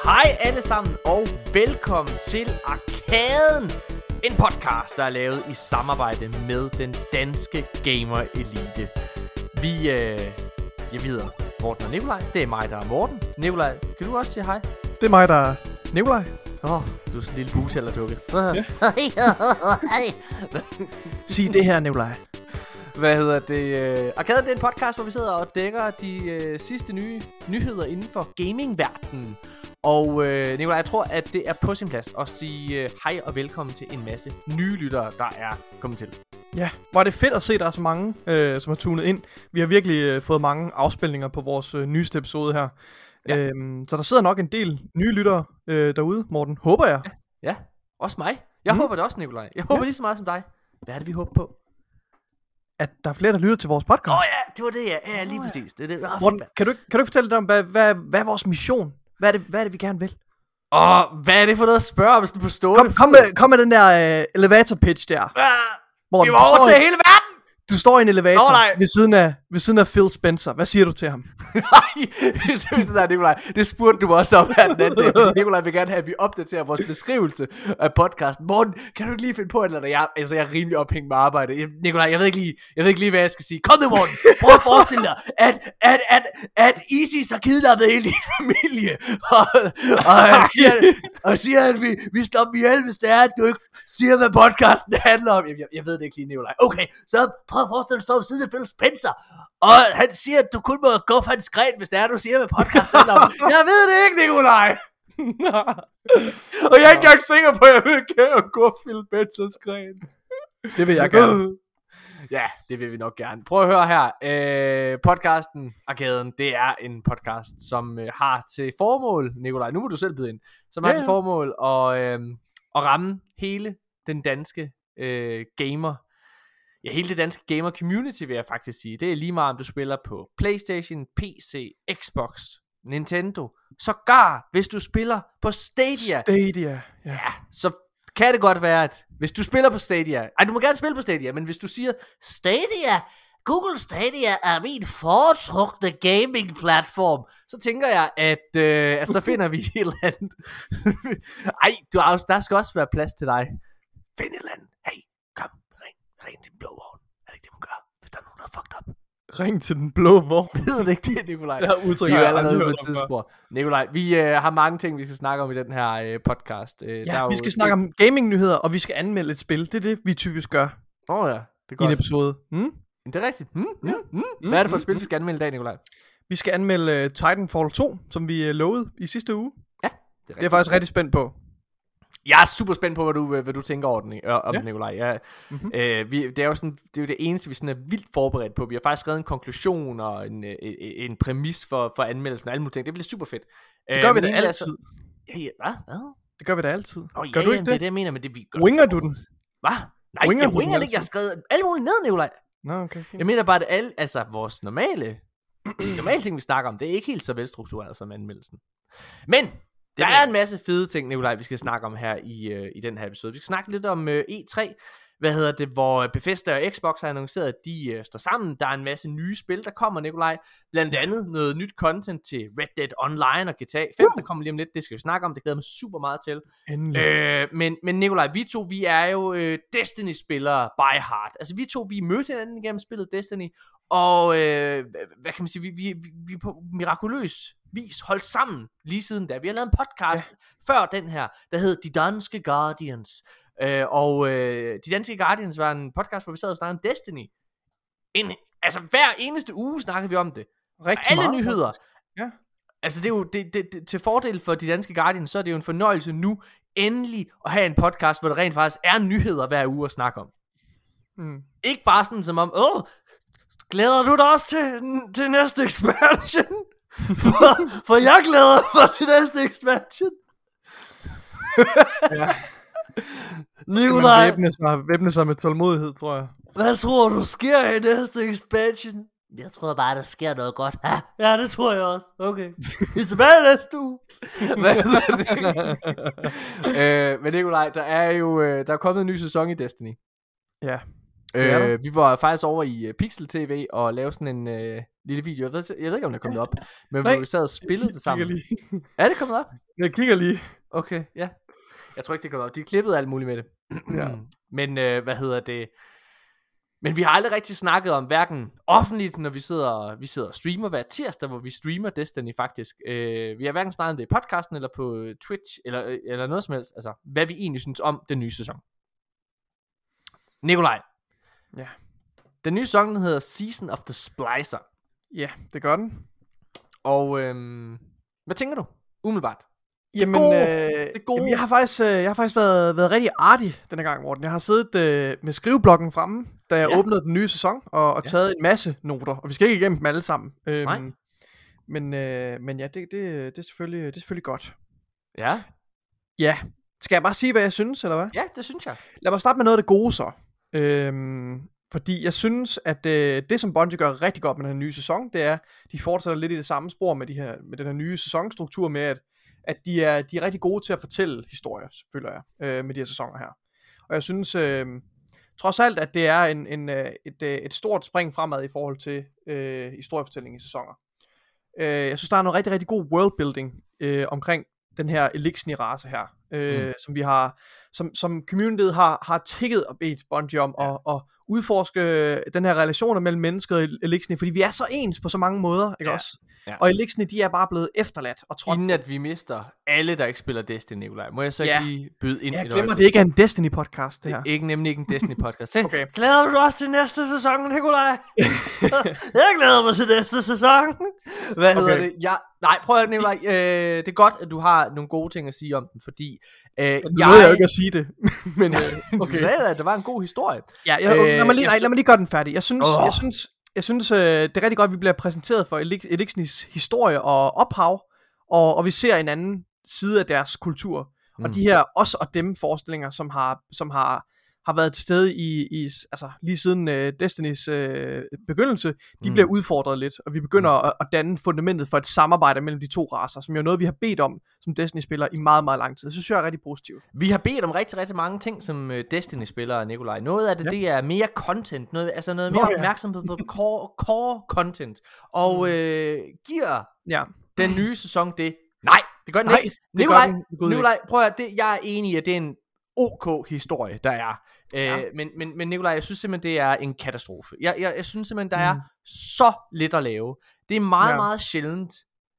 Hej alle sammen og velkommen til Arkaden. En podcast, der er lavet i samarbejde med den danske gamer elite. Jeg hedder Morten og Nikolaj. Det er mig, der er Morten. Nikolaj, kan du også sige hej? Det er mig, der er Nikolaj. Du er sådan en lille busellerdukke. Ja. Sig det her, Nikolaj. Hvad hedder det? Arkaden, det er en podcast, hvor vi sidder og dækker de sidste nye nyheder inden for gamingverdenen. Og Nikolaj, jeg tror, at det er på sin plads at sige hej og velkommen til en masse nye lyttere, der er kommet til. Ja, hvor er det fedt at se, at der er så mange, som har tunet ind. Vi har virkelig fået mange afspilninger på vores nyeste episode her. Ja. Så der sidder nok en del nye lyttere derude, Morten. Håber jeg. Ja, også mig. Jeg håber det også, Nikolaj. Jeg håber lige så meget som dig. Hvad er det, vi håber på? At der er flere, der lytter til vores podcast. Ja, det var det, ja. Lige præcis. Det. Morten, kan du ikke fortælle lidt om, hvad er vores mission? Hvad er det, vi gerne vil? Hvad er det for noget at spørge om sådan på stående? Kom med den der elevator pitch der. Morten, vi var over til hele verden! Du står i en elevator ved siden af Phil Spencer. Hvad siger du til ham? Nej, Nikolaj. Det spurgte du også om her den anden dag, fordi Nikolaj vil gerne have, at vi opdaterer vores beskrivelse af podcasten. Morten, kan du ikke lige finde på et eller andet? Jeg er rimelig ophængt med arbejde. Nikolaj, jeg ved ikke lige, hvad jeg skal sige. Kom nu, Morten. Prøv at forestille dig, at ISIS har kidnappet hele din familie. Og siger, at vi slår dem ihjel, hvis det er, at du ikke siger, hvad podcasten handler om. Jeg ved det ikke lige, Nikolaj. Okay, så prøv at forestille dig, at du står ved siden af Phil Spencer. Og han siger, at du kun må gå for hans gren, hvis det er, du siger, hvad podcasten handler om. Jeg ved det ikke, Nikolaj. Og jeg er ikke engang sikker på, at jeg vil gå Phil Spencers gren. Det vil jeg gerne. Ja, det vil vi nok gerne. Prøv at høre her. Podcasten Arkaden, det er en podcast, som har til formål, Nikolaj, nu må du selv byde ind, som har til formål at ramme hele den danske gamer. Ja, hele det danske gamer community, vil jeg faktisk sige. Det er lige meget, om du spiller på PlayStation, PC, Xbox, Nintendo. Sågar, hvis du spiller på Stadia. Ja, så kan det godt være, at hvis du spiller på Stadia... du må gerne spille på Stadia, men hvis du siger, Google Stadia er min foretrukne gaming-platform, så tænker jeg, at så finder vi et eller andet. Der skal også være plads til dig. Find et eller andet. Hey, kom. Ring til den blå vogn. Er det ikke det, man gør, hvis der er nogen, der er fucked up? Ring til den blå vogn. Ved det ikke det, Nikolaj? Jeg udtrykker jeg allerede på et tidspunkt. Nikolaj, vi har mange ting, vi skal snakke om i den her podcast. Vi skal snakke om gaming-nyheder, og vi skal anmelde et spil. Det er det, vi typisk gør. Ja, det er godt. I en episode. Det er rigtigt. Hvad er det for et spil, vi skal anmelde i dag, Nikolaj? Vi skal anmelde Titanfall 2, som vi lovede i sidste uge. Ja, det er jeg faktisk rigtig spændt på. Jeg er super spændt på, hvad du tænker over den, Nikolaj. Det er jo det eneste, vi sådan er vildt forberedt på. Vi har faktisk skrevet en konklusion og en præmis for anmeldelsen og alle mulige ting. Det bliver super fedt. Det gør vi da altid. Hvad? Det gør vi da altid. Gør du ikke det? Det er det, jeg mener med det, vi gør. Winger du den? Hvad? Nej, jeg winger det ikke. Jeg har skrevet alle mulige ned, Nikolaj. Nå, okay, fint. Jeg mener bare, at vores normale ting, vi snakker om, det er ikke helt så velstruktureret som anmeldelsen. Men der er en masse fede ting, Nikolaj, vi skal snakke om her i den her episode. Vi skal snakke lidt om E3, hvor Bethesda og Xbox har annonceret, at de står sammen. Der er en masse nye spil, der kommer, Nikolaj. Blandt andet noget nyt content til Red Dead Online og GTA 5, der kommer lige om lidt. Det skal vi snakke om, det glæder mig super meget til. Men Nikolaj, vi er jo Destiny-spillere by heart. Altså vi mødte hinanden igennem spillet Destiny, og hvad kan man sige, vi på mirakuløs vis holdt sammen lige siden da. Vi har lavet en podcast før den her, der hed De Danske Guardians. De Danske Guardians var en podcast, hvor vi sad og snakkede om Destiny. Altså hver eneste uge snakkede vi om det. Rigtig alle meget, nyheder. Ja. Altså det er jo til fordel for De Danske Guardians, så er det jo en fornøjelse nu endelig at have en podcast, hvor der rent faktisk er nyheder hver uge at snakke om. Ikke bare sådan som om, glæder du dig også til næste expansion? For jeg glæder mig til næste expansion. Ja. Nikolaj, væbne sig med tålmodighed, tror jeg. Hvad tror du sker i næste expansion? Jeg tror bare, der sker noget godt. Ja, det tror jeg også. Okay. Vi er tilbage næste uge. Men Nikolaj, der er kommet en ny sæson i Destiny. Ja. Vi var faktisk over i Pixel TV og lavede sådan en lille video. Jeg ved ikke, om det er kommet op. Men hvor vi sad og spillede det sammen. Er det kommet op? Jeg kigger lige. Okay, ja. Jeg tror ikke, det går op. De har klippet alt muligt med det. Ja. Men hvad hedder det? Men vi har aldrig rigtig snakket om, hverken offentligt, når vi sidder og streamer hver tirsdag, hvor vi streamer Destiny faktisk. Vi har hverken snakket om det i podcasten, eller på Twitch, eller noget som helst. Altså, hvad vi egentlig synes om den nye sæson. Nikolaj. Ja. Den nye sæson, den hedder Season of the Splicer. Ja, det gør den. Og hvad tænker du? Umiddelbart. Jamen, det gode. Jamen, jeg har faktisk været rigtig artig denne gang, Morten. Jeg har siddet med skriveblokken fremme, da jeg åbnede den nye sæson, og taget en masse noter. Og vi skal ikke igennem dem alle sammen. Men ja, det er selvfølgelig godt. Ja. Ja. Skal jeg bare sige, hvad jeg synes, eller hvad? Ja, det synes jeg. Lad mig starte med noget af det gode så. Fordi jeg synes, at det som Bungie gør rigtig godt med den her nye sæson, det er, de fortsætter lidt i det samme spor med den her nye sæsonstruktur med, at de er rigtig gode til at fortælle historier, føler jeg, med de her sæsoner her. Og jeg synes trods alt, at det er et stort spring fremad i forhold til historiefortælling i sæsoner. Jeg synes, der er noget rigtig, rigtig god worldbuilding omkring den her Eliksni-race her, som vi har, som communityet har tigget og bedt Bungie om at udforske den her relationer mellem mennesker og Eliksni, fordi vi er så ens på så mange måder, ikke også? Ja. Og Eliksni, de er bare blevet efterladt og trådt. Inden at vi mister alle, der ikke spiller Destiny, Nikolaj, må jeg så ikke lige byde ind? Jeg glemmer, det ikke er en Destiny-podcast, det her. Det er nemlig ikke en Destiny-podcast. Okay. Glæder du også til næste sæson, Nikolaj? Jeg glæder mig til næste sæson. Hvad hedder det? Nej, prøv at høre, Nikolaj. Det er godt, at du har nogle gode ting at sige om den, fordi nu ved jeg jo ikke at sige det. Men, okay. Du sagde, at det var en god historie. Ja, lad mig lige gøre den færdig. Jeg synes det er rigtig godt, at vi bliver præsenteret for Eliksnis historie og ophav, og vi ser en anden side af deres kultur. Og de her os og dem forestillinger, som har været til stede i altså lige siden Destinys begyndelse, de bliver udfordret lidt, og vi begynder at danne fundamentet for et samarbejde mellem de to racer, som jo er noget, vi har bedt om som Destiny-spillere i meget, meget lang tid. Det synes jeg er rigtig positivt. Vi har bedt om rigtig, rigtig mange ting som Destiny-spillere, Nikolaj. Noget af det, det er mere content, noget mere opmærksomhed på core content, og giver den nye sæson det? Nej, det gør den ikke. Nikolaj, prøv at det, jeg er enig i, at det er en OK historie, der er. Men Nikolaj, jeg synes simpelthen, det er en katastrofe. Jeg synes simpelthen, der er så lidt at lave. Det er meget, meget sjældent,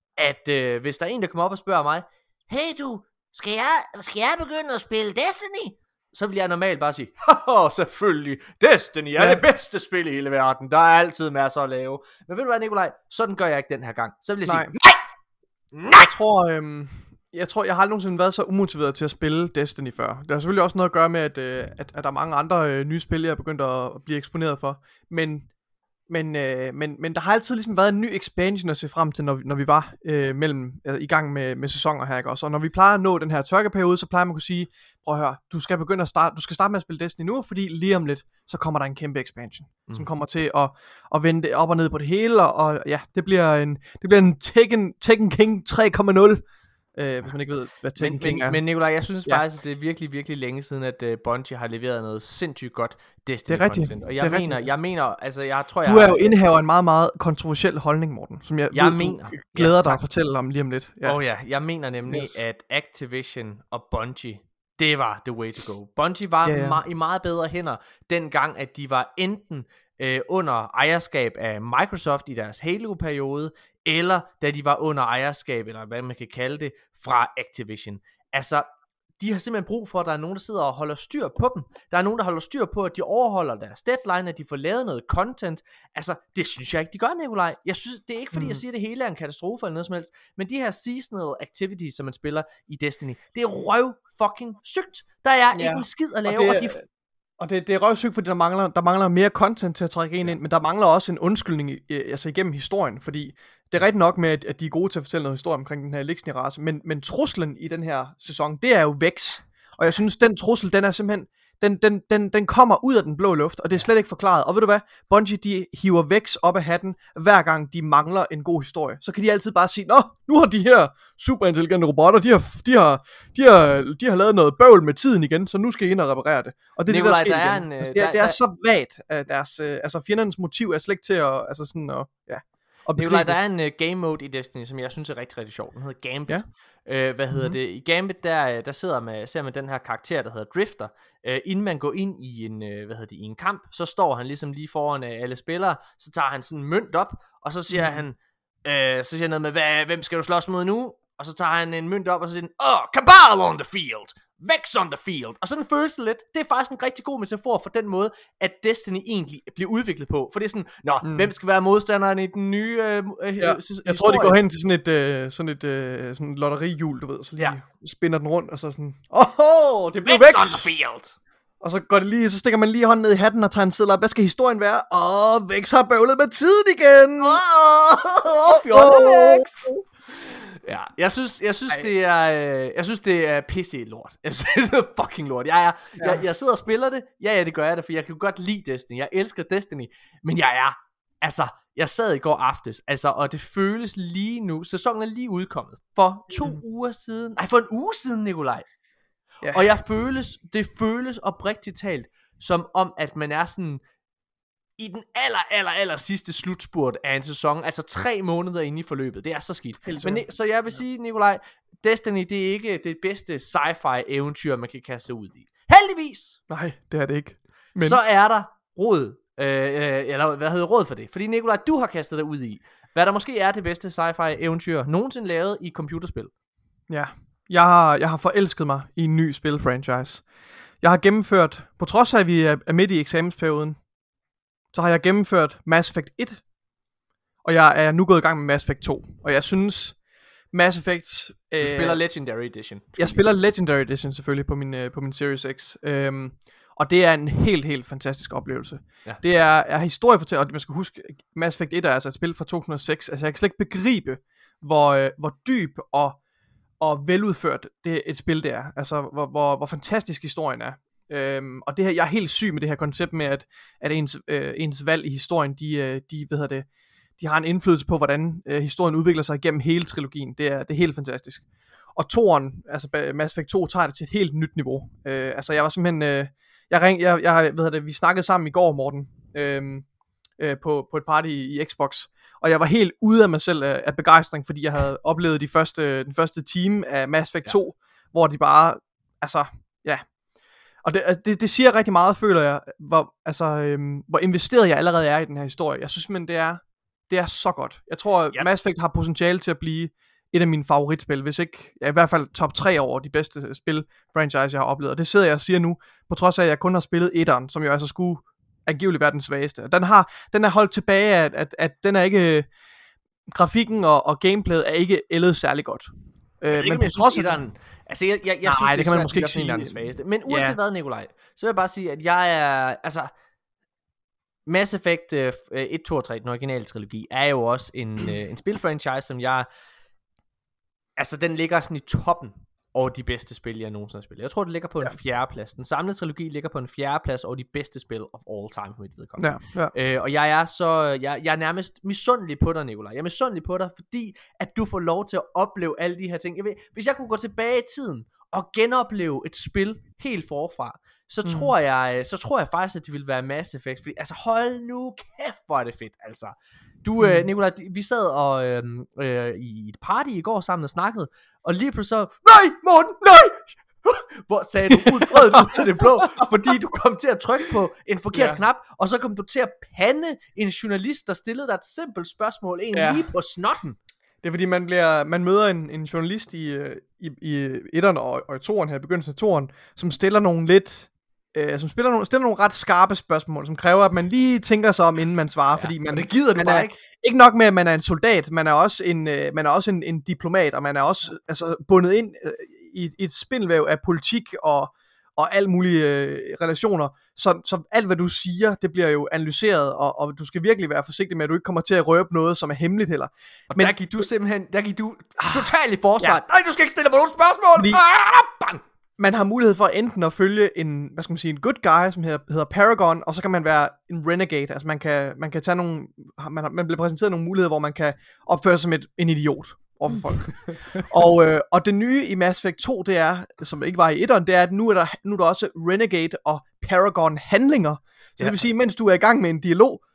at hvis der er en, der kommer op og spørger mig, hey du, skal jeg begynde at spille Destiny? Så vil jeg normalt bare sige, selvfølgelig, Destiny er det bedste spil i hele verden. Der er altid masser at lave. Men ved du hvad, Nikolaj, sådan gør jeg ikke den her gang. Så vil jeg sige, nej! Jeg tror, jeg har aldrig nogensinde været så umotiveret til at spille Destiny før. Det har selvfølgelig også noget at gøre med, at der er mange andre nye spil, jeg er begyndt at blive eksponeret for. Men der har altid ligesom været en ny expansion at se frem til, når vi var i gang med sæsoner her, ikke også? Og når vi plejer at nå den her tørkeperiode, så plejer man at kunne sige, prøv at høre, du skal starte med at spille Destiny nu, fordi lige om lidt, så kommer der en kæmpe expansion, som kommer til at vende op og ned på det hele, og ja, det bliver en Tekken King 3.0. Hvis man ikke ved, hvad Tekken King er. Men Nikolaj, jeg synes faktisk, at det er virkelig, virkelig længe siden, at Bungie har leveret noget sindssygt godt Destiny-content. Og jeg mener, altså jeg tror, du er jo indehaver en meget, meget kontroversiel holdning, Morten, som jeg glæder dig at fortælle om lige om lidt. Jeg mener nemlig, at Activision og Bungie, det var the way to go. Bungie var i meget bedre hænder, dengang, at de var enten under ejerskab af Microsoft i deres Halo-periode, eller da de var under ejerskab, eller hvad man kan kalde det, fra Activision. Altså, de har simpelthen brug for, at der er nogen, der sidder og holder styr på dem. Der er nogen, der holder styr på, at de overholder deres deadline, at de får lavet noget content. Altså, det synes jeg ikke, de gør, Nikolaj. Jeg synes, det er ikke fordi, jeg siger, at det hele er en katastrofe eller noget som helst, men de her seasonal activities, som man spiller i Destiny, det er røv fucking sygt. Der er ikke en skid at lave, og det er røvsygt, fordi der mangler mere content til at trække ind, men der mangler også en undskyldning igennem historien, fordi det er rigtigt nok med, at de er gode til at fortælle noget historie omkring den her Eliksni-race, men truslen i den her sæson, det er jo Vex, og jeg synes, den trussel, den er simpelthen, den kommer ud af den blå luft, og det er slet ikke forklaret. Og ved du hvad? Bungie, de hiver Vex op af hatten, hver gang de mangler en god historie. Så kan de altid bare sige, nå, nu har de her superintelligente robotter, de har lavet noget bøvl med tiden igen, så nu skal I ind og reparere det. Og det er Nikolaj, det, der sker igen. Det er så vagt, at deres, altså fjendernes motiv er slet ikke til at, altså sådan, og ja. Nikolaj, der er en game mode i Destiny, som jeg synes er rigtig, rigtig sjov. Den hedder Gambit. Ja. I Gambit, der ser man den her karakter, der hedder Drifter. Inden man går ind i i en kamp, så står han ligesom lige foran alle spillere, så tager han sådan en mønt op, og så siger han, så siger han noget med, hvem skal du slås mod nu? Og så tager han en mønt op, og så siger han, Cabal on the field! Vex on the field. Og sådan føles det lidt. Det er faktisk en rigtig god metafor for den måde, at Destiny egentlig bliver udviklet på. For det er sådan, hvem skal være modstanderen i den nye jeg tror, de går hen til sådan et lotterihjul, du ved, så lige spinner den rundt, og så sådan, det blev Vex on the field. Og så går det lige, så stikker man lige hånden ned i hatten og tager en seddel op. Hvad skal historien være? Vex har bøvlet med tiden igen. Fjollet Vex. Ja, jeg synes det er pisse lort. Jeg synes det er fucking lort. Jeg sidder og spiller det. Ja, det gør jeg da, for jeg kan godt lide Destiny. Jeg elsker Destiny, men jeg sad i går aftes, og det føles lige nu. Sæsonen er lige udkommet for 2 uger siden. Nej, for en uge siden, Nikolaj. Ja. Og det føles oprigtigt talt som om, at man er sådan i den aller sidste slutspurt af en sæson, altså 3 måneder inde i forløbet. Det er så skidt. Så jeg vil sige, Nikolaj, Destiny, det er ikke det bedste sci-fi eventyr, man kan kaste ud i. Heldigvis! Nej, det er det ikke. Men så er der råd, råd for det? Fordi Nikolaj, du har kastet dig ud i, hvad der måske er det bedste sci-fi eventyr nogensinde lavet i computerspil. Ja, jeg har forelsket mig i en ny spilfranchise. Jeg har gennemført, på trods af at vi er midt i eksamensperioden, så har jeg gennemført Mass Effect 1, og jeg er nu gået i gang med Mass Effect 2. Og jeg synes, Mass Effect... Du spiller Legendary Edition. Jeg spiller Legendary Edition selvfølgelig på min Series X. Og det er en helt fantastisk oplevelse. Ja. Det er historiefortælling, og man skal huske, Mass Effect 1 er altså et spil fra 2006. Altså jeg kan slet ikke begribe, hvor dyb og veludført et spil det er. Altså hvor fantastisk historien er. Og det her, jeg er helt syg med det her koncept med at ens valg i historien, de har en indflydelse på hvordan historien udvikler sig igennem hele trilogien. Det er helt fantastisk. Og toren, altså Mass Effect 2 tager det til et helt nyt niveau. Jeg var simpelthen vi snakkede sammen i går, Morten, på et party i Xbox, og jeg var helt ude af mig selv af begejstring, fordi jeg havde oplevet den første time af Mass Effect 2, hvor de bare, og det siger rigtig meget, føler jeg, hvor investeret jeg allerede er i den her historie. Jeg synes simpelthen, det er så godt. Jeg tror, Mass Effect har potentiale til at blive et af mine favoritspil, hvis ikke, i hvert fald top 3 over de bedste spil-franchise, jeg har oplevet. Og det sidder jeg og siger nu, på trods af, at jeg kun har spillet 1'eren, som jo altså skulle angiveligt være den svageste. Den er holdt tilbage af, at den er ikke, grafikken og gameplayet er ikke ældet særlig godt. Men på trods af den, jeg synes, det kan man måske ikke sige, den svageste. Men uanset hvad, Nikolaj, så vil jeg bare sige, at jeg er, Mass Effect 1, 2 og 3, den originale trilogi, er jo også en spilfranchise, som den ligger sådan i toppen over de bedste spil, jeg nogensinde har spillet. Jeg tror, det ligger på en 4. plads. Den samlede trilogi ligger på en 4. plads over de bedste spil of all time, for mit vedkommende. Og jeg er nærmest misundelig på dig, Nikolaj. Jeg er misundelig på dig, fordi at du får lov til at opleve alle de her ting. Hvis jeg kunne gå tilbage i tiden og genopleve et spil helt forfra, så tror jeg faktisk, at det ville være Mass Effect. Fordi, hold nu kæft, hvor er det fedt, Nikolaj, vi sad i et party i går sammen og snakkede, og lige pludselig så, nej, Morten, nej! Hvor sagde du udbrød ud af det blå, fordi du kom til at trykke på en forkert knap, og så kom du til at pande en journalist, der stillede dig et simpelt spørgsmål, lige på snotten. Det er fordi man møder en journalist i 1'eren og i 2'eren her, i begyndelsen af 2'eren, som stiller nogle stiller nogle ret skarpe spørgsmål, som kræver, at man lige tænker sig om, inden man svarer, fordi det gider du bare ikke. Ikke nok med, at man er en soldat, man er også en diplomat, og man er også bundet ind i et spindelvæv af politik og alle mulige relationer, så alt hvad du siger, det bliver jo analyseret, og du skal virkelig være forsigtig med, at du ikke kommer til at røbe noget, som er hemmeligt heller. Men der gik du totalt i forsvar. Nej, du skal ikke stille mig nogen spørgsmål! Bang! Man har mulighed for enten at følge en good guy, som hedder Paragon, og så kan man være en renegade. Altså man kan tage man bliver præsenteret nogle muligheder, hvor man kan opføre sig som en idiot overfor folk. og det nye i Mass Effect 2, det er, som ikke var i 1'eren, det er, at nu er der også renegade og Paragon handlinger. Så det vil sige, mens du er i gang med en dialog,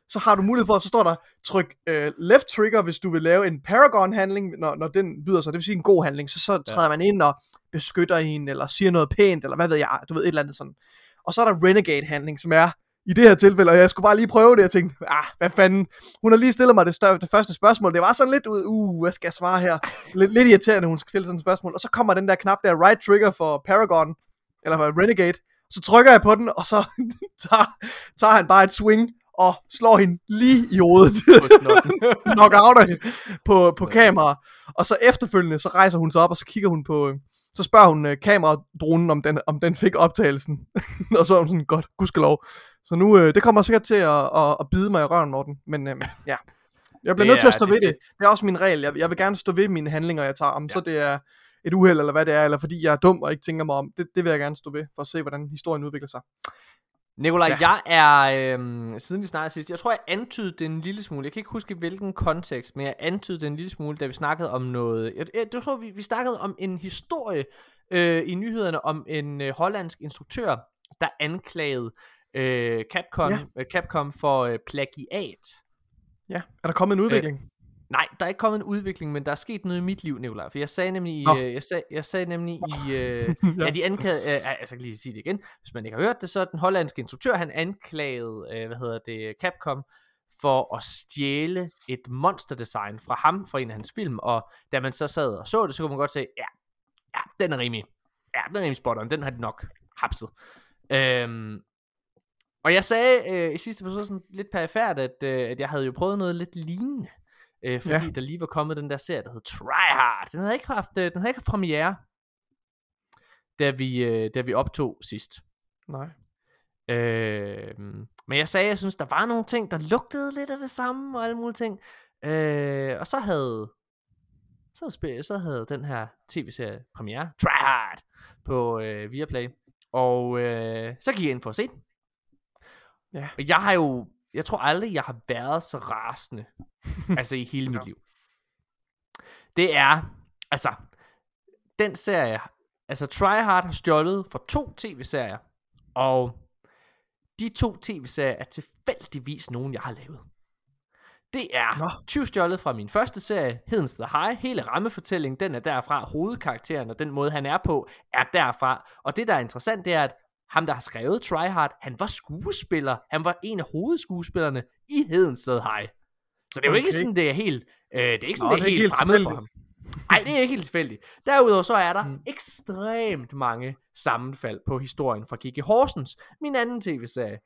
så har du mulighed for, så står der, tryk left trigger, hvis du vil lave en Paragon-handling, når den byder sig, det vil sige en god handling, så træder man ind og beskytter hende, eller siger noget pænt, eller hvad ved jeg, du ved, et eller andet sådan. Og så er der Renegade-handling, som er i det her tilfælde, og jeg skulle bare lige prøve det, og tænkte, hvad fanden, hun har lige stillet mig det første spørgsmål, det var sådan lidt ud, hvad skal jeg svare her? Lidt irriterende, hun skal stille sådan et spørgsmål, og så kommer den der knap der, right trigger for Paragon, eller for Renegade, så trykker jeg på den, og så tager han bare et swing, og slår hende lige i hovedet, knockouter hende på kamera, og så efterfølgende, så rejser hun sig op, og så kigger hun på, så spørger hun kameradronen, om den fik optagelsen, og så er hun sådan, godt, gudskelov. Så nu, det kommer sikkert til at bide mig i røven, Morten, men ja. Jeg bliver nødt til at stå ved det. Det er også min regel. Jeg vil gerne stå ved mine handlinger, jeg tager, om så det er et uheld, eller hvad det er, eller fordi jeg er dum og ikke tænker mig om. Det vil jeg gerne stå ved, for at se, hvordan historien udvikler sig. Nikolaj, jeg er, siden vi snakkede sidst, jeg tror, jeg antydede det en lille smule. Jeg kan ikke huske, hvilken kontekst, men jeg antydede det en lille smule, da vi snakkede om noget. Jeg tror, vi snakkede om en historie i nyhederne om en hollandsk instruktør, der anklagede Capcom for plagiat. Ja, er der kommet en udvikling? Nej, der er ikke kommet en udvikling, men der er sket noget i mit liv, Nikolaj. For jeg sagde nemlig, at de anklagede, altså jeg kan lige sige det igen, hvis man ikke har hørt det, så den hollandske instruktør, han anklagede, Capcom for at stjæle et monsterdesign fra ham, fra en af hans film, og da man så sad og så det, så kunne man godt sige, ja, den er rimelig spot on, den har de nok hapset. Og jeg sagde i sidste episode sådan lidt perifært, at jeg havde jo prøvet noget lidt lignende. Fordi der lige var kommet den der serie, der hed Try Hard. Den havde ikke haft premiere, da vi optog sidst. Nej. Men jeg sagde, jeg synes, der var nogle ting, der lugtede lidt af det samme, og alle mulige ting. Og så havde den her tv-serie premiere, Try Hard, på Viaplay. Og så gik jeg ind for at se den. Ja. Og jeg tror aldrig, jeg har været så rasende, altså i hele mit liv. Det er, altså, den serie, altså Try Hard har stjålet for 2 tv-serier, og de 2 tv-serier er tilfældigvis nogen, jeg har lavet. Det er tyvstjålet fra min første serie, Hedens The High. Hele rammefortællingen, den er derfra. Hovedkarakteren og den måde, han er på, er derfra. Og det, der er interessant, det er, at ham, der har skrevet Try Hard, han var skuespiller. Han var en af hovedskuespillerne i Hedens The High. Så det er jo ikke sådan, det er helt, det er ikke sådan, det er helt fremmed for ham. Nej, det er ikke helt tilfældigt. Derudover så er der ekstremt mange sammenfald på historien fra G.G. Horsens, min anden tv-serie.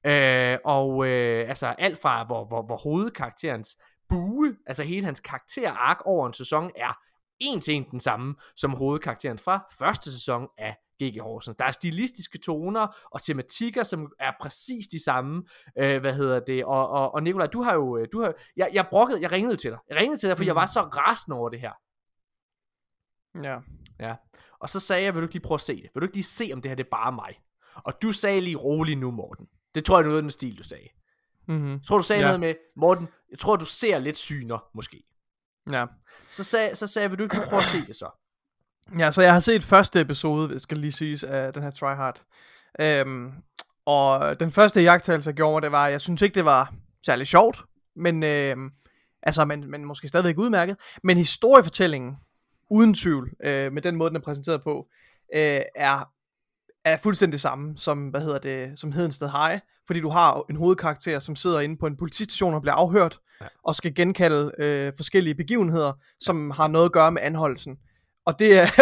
Altså alt fra hvor hovedkarakterens bue, altså hele hans karakterark over en sæson er en til en den samme som hovedkarakteren fra første sæson af G.G. Horsens. Der er stilistiske toner og tematikker, som er præcis de samme. Og Nikolaj, jeg ringede til dig. Jeg ringede til dig, for jeg var så rasende over det her. Ja. Og så sagde jeg, vil du ikke lige prøve at se det? Vil du ikke lige se, om det her det er bare mig? Og du sagde lige rolig nu, Morten. Det tror jeg noget af den stil, du sagde. Jeg tror, du sagde noget med, Morten, jeg tror, du ser lidt syner, måske. Ja. Så sagde jeg, vil du ikke prøve at se det så? Ja, så jeg har set første episode, skal lige siges, af den her Try Hard. Og den første iagttagelse, jeg gjorde mig, det var, jeg synes ikke, det var særlig sjovt, men måske stadigvæk udmærket. Men historiefortællingen, uden tvivl, med den måde, den er præsenteret på, er fuldstændig det samme som, som Hedens The High, fordi du har en hovedkarakter, som sidder inde på en politistation og bliver afhørt, og skal genkalde forskellige begivenheder, som har noget at gøre med anholdelsen. Og det er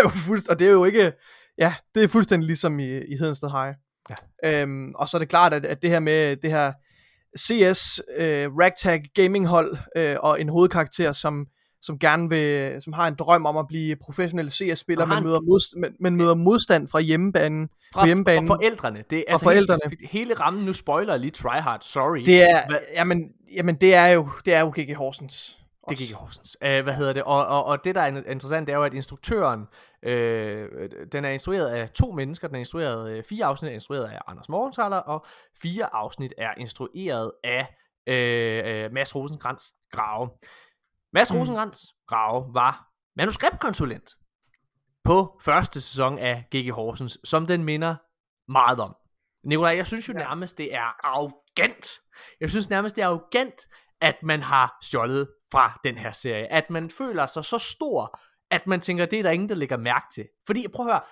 jo fuldstændig ligesom i Hedens The High. Ja. Og så er det klart, at det her med det her CS ragtag gaming hold og en hovedkarakter, som gerne vil, som har en drøm om at blive professionel CS-spiller, men møder modstand fra hjemmebanen. Fra forældrene. Det er altså forældrene. Hele rammen, nu spoiler lige Try Hard, sorry. Det er, det er jo G.G. Horsens. Det gik i Horsens. Og det der er interessant, det er jo, at instruktøren, den er instrueret af 2 mennesker. Den er instrueret 4 afsnit er instrueret af Anders Morgenthaler, og 4 afsnit er instrueret af Mads Rosenkrantz Grave. Mads Rosenkrantz Grave var manuskriptkonsulent på første sæson af G.G. Horsens, som den minder meget om. Nikolaj, jeg synes jo nærmest, det er arrogant. Jeg synes nærmest, det er arrogant, at man har stjålet fra den her serie. At man føler sig så stor, at man tænker, det er der ingen, der lægger mærke til. Fordi, prøv at høre,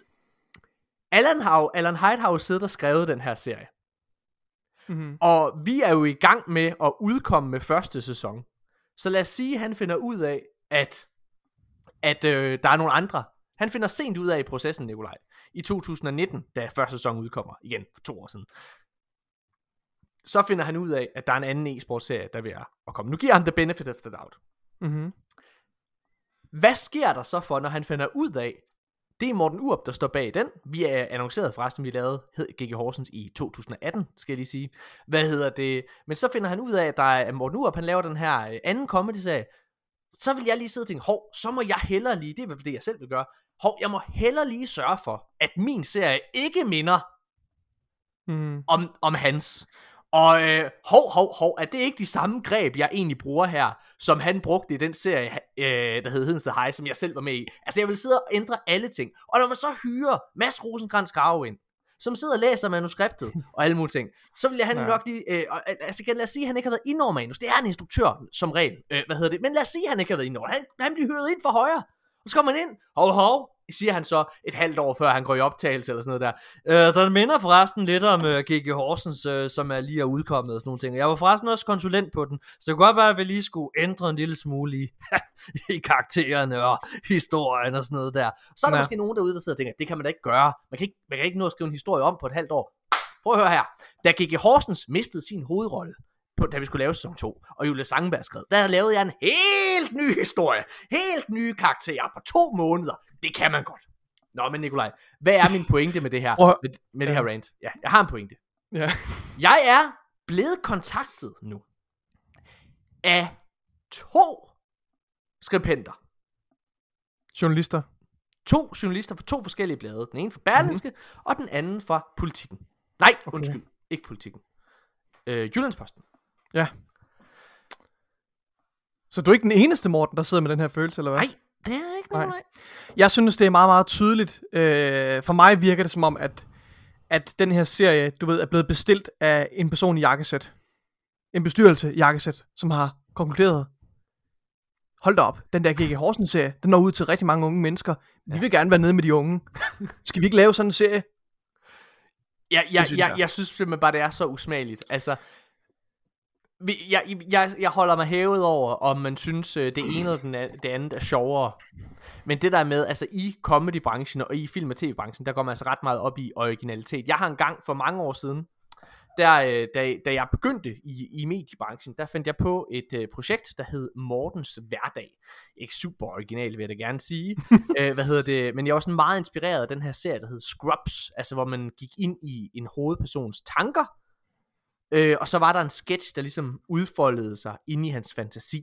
Alan Hyde har jo siddet og skrevet den her serie. Mm-hmm. Og vi er jo i gang med at udkomme med første sæson. Så lad os sige, at han finder ud af, at der er nogle andre. Han finder sent ud af i processen, Nikolaj. I 2019, da første sæson udkommer. Igen, for 2 år siden. Så finder han ud af, at der er en anden e-sportserie, der er ved at komme. Nu giver han the benefit of the doubt. Mm-hmm. Hvad sker der så for, når han finder ud af, det er Morten Urup, der står bag den. Vi er annonceret forresten, vi lavede GG Horsens i 2018, skal jeg lige sige. Men så finder han ud af, at der er Morten Urup, han laver den her anden comedy-serie. Så vil jeg lige sidde og tænke, så må jeg hellere lige, det er det jeg selv vil gøre, jeg må hellere lige sørge for, at min serie ikke minder om hans. Og er det ikke de samme greb, jeg egentlig bruger her, som han brugte i den serie, der hed Hedens High, som jeg selv var med i? Altså, jeg vil sidde og ændre alle ting. Og når man så hyrer Mads Rosenkrantz Grave ind, som sidder og læser manuskriptet og alle mulige ting, så vil han nok lige... lad os sige, at han ikke har været inde over manus. Det er en instruktør, som regel. Men lad os sige, at han ikke har været inde over. Han bliver hyret ind for højre. Og så kommer man ind, siger han så et halvt år før han går i optagelse eller sådan noget der. Der minder forresten lidt om GG Horsens, som er lige er udkommet og sådan nogle ting. Jeg var forresten også konsulent på den, så det kunne godt være, at vi lige skulle ændre en lille smule i karaktererne og historien og sådan noget der. Så er der måske nogen derude, der sidder og tænker, det kan man da ikke gøre. Man kan ikke nå at skrive en historie om på et halvt år. Prøv at høre her. Da GG Horsens mistede sin hovedrolle, da vi skulle lave sæson 2, og Julie Sangenberg skrev, der lavede jeg en helt ny historie, helt nye karakterer på 2 måneder. Det kan man godt. Nå, men Nikolaj, hvad er min pointe med det her, med det her rant? Ja, jeg har en pointe. Ja. Jeg er blevet kontaktet nu af 2 skribenter. Journalister. 2 journalister fra 2 forskellige blade. Den ene fra Berlingske, og den anden fra Politikken. Nej, undskyld, ikke Politikken. Jyllandsposten. Ja. Så du er ikke den eneste, Morten, der sidder med den her følelse, eller hvad? Nej, det er ikke noget. Jeg synes, det er meget, meget tydeligt. For mig virker det som om, at den her serie, du ved, er blevet bestilt af en person i jakkesæt. En bestyrelse i jakkesæt, som har konkluderet, hold da op, den der GG Horsens-serie, den når ud til rigtig mange unge mennesker. Vi vil gerne være nede med de unge. Skal vi ikke lave sådan en serie? Jeg synes simpelthen bare, det er så usmageligt. Altså, jeg holder mig hævet over, om man synes, det ene eller det andet er sjovere. Men det der med, altså i comedybranchen og i film- og tv-branchen, der går man altså ret meget op i originalitet. Jeg har engang for mange år siden, da jeg begyndte i mediebranchen, der fandt jeg på et projekt, der hed Mortens Hverdag. Ikke super original, vil jeg da gerne sige. Men jeg var sådan meget inspireret af den her serie, der hed Scrubs, altså hvor man gik ind i en hovedpersons tanker, og så var der en sketch, der ligesom udfoldede sig inde i hans fantasi.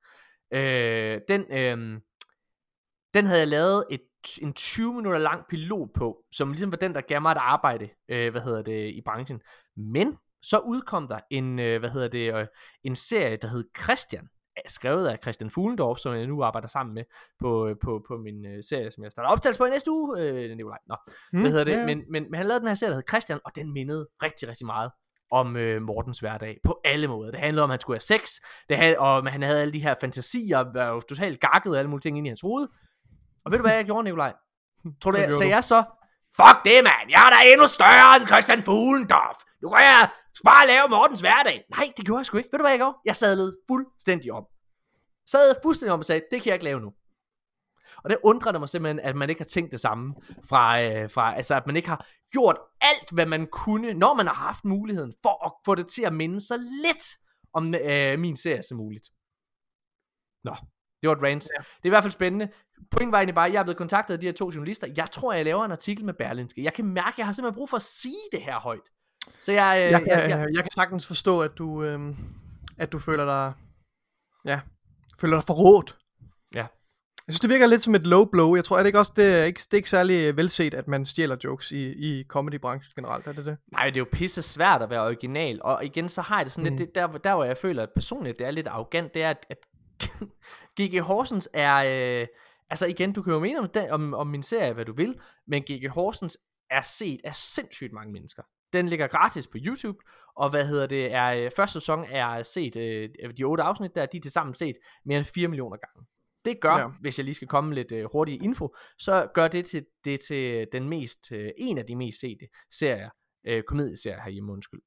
Den havde jeg lavet en 20 minutter lang pilot på, som ligesom var den, der gav mig et arbejde, i branchen. Men så udkom der en serie, der hed Christian, skrevet af Christian Fuglendorf, som jeg nu arbejder sammen med på min serie, som jeg starter optagelse på i næste uge, Nikolaj. Men han lavede den her serie, der hed Christian, og den mindede rigtig, rigtig meget om Mortens Hverdag på alle måder. Det handlede om, at han skulle have sex, og han havde alle de her fantasier, og var jo totalt gakket og alle mulige ting ind i hans hoved. Og ved du hvad jeg gjorde, Nikolaj? Tror du, sagde jeg så, fuck det, mand, jeg er da endnu større end Christian Fuglendorf. Nu kan jeg bare lave Mortens Hverdag. Nej, det gjorde jeg sgu ikke. Ved du hvad jeg gjorde? Jeg sadlede fuldstændig om. Og sagde, det kan jeg ikke lave nu. Og det undrede mig simpelthen, at man ikke har tænkt det samme altså at man ikke har gjort alt, hvad man kunne, når man har haft muligheden, for at få det til at minde så lidt om min serie som muligt. Nå, det var et rant. Ja. Det er i hvert fald spændende. Pointen var egentlig bare, at jeg er blevet kontaktet af de her 2 journalister. Jeg tror, jeg laver en artikel med Berlingske. Jeg kan mærke, at jeg har simpelthen brug for at sige det her højt. Så jeg kan sagtens forstå, at du føler dig forrådt. Ja. Jeg synes, det virker lidt som et low blow. Jeg tror, at det er ikke særlig velset, at man stjæler jokes i comedybranchen generelt. Er det? Nej, det er jo pisse svært at være original. Og igen, så har jeg det sådan lidt, der hvor jeg føler, at personligt det er lidt arrogant, det er, at GG Horsens er... altså igen, du kan jo mene om min serie, hvad du vil, men GG Horsens er set af sindssygt mange mennesker. Den ligger gratis på YouTube, og første sæson er set, de 8 afsnit der, de er tilsammen set mere end 4 millioner gange. Det gør, hvis jeg lige skal komme lidt hurtig info, så gør det til den en af de mest sete serier, komedieserier herhjemme, undskyld.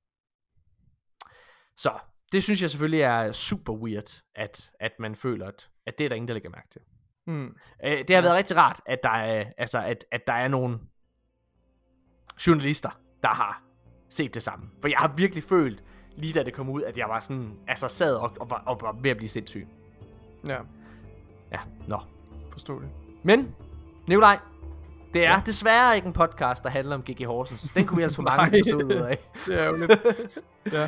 Så det synes jeg selvfølgelig er super weird, at man føler, at det er der ingen, der lægger mærke til. Det har været rigtig rart, at der er, at der er nogle journalister, der har set det samme. For jeg har virkelig følt, lige da det kom ud, at jeg var sådan, sad og var ved at blive sindssyg. Ja. Ja, nå. Forstår det. Men, Nikolaj, det er desværre ikke en podcast, der handler om G.G. Horsens. Den kunne vi altså få mange episoder af. Det er jo lidt. Ja.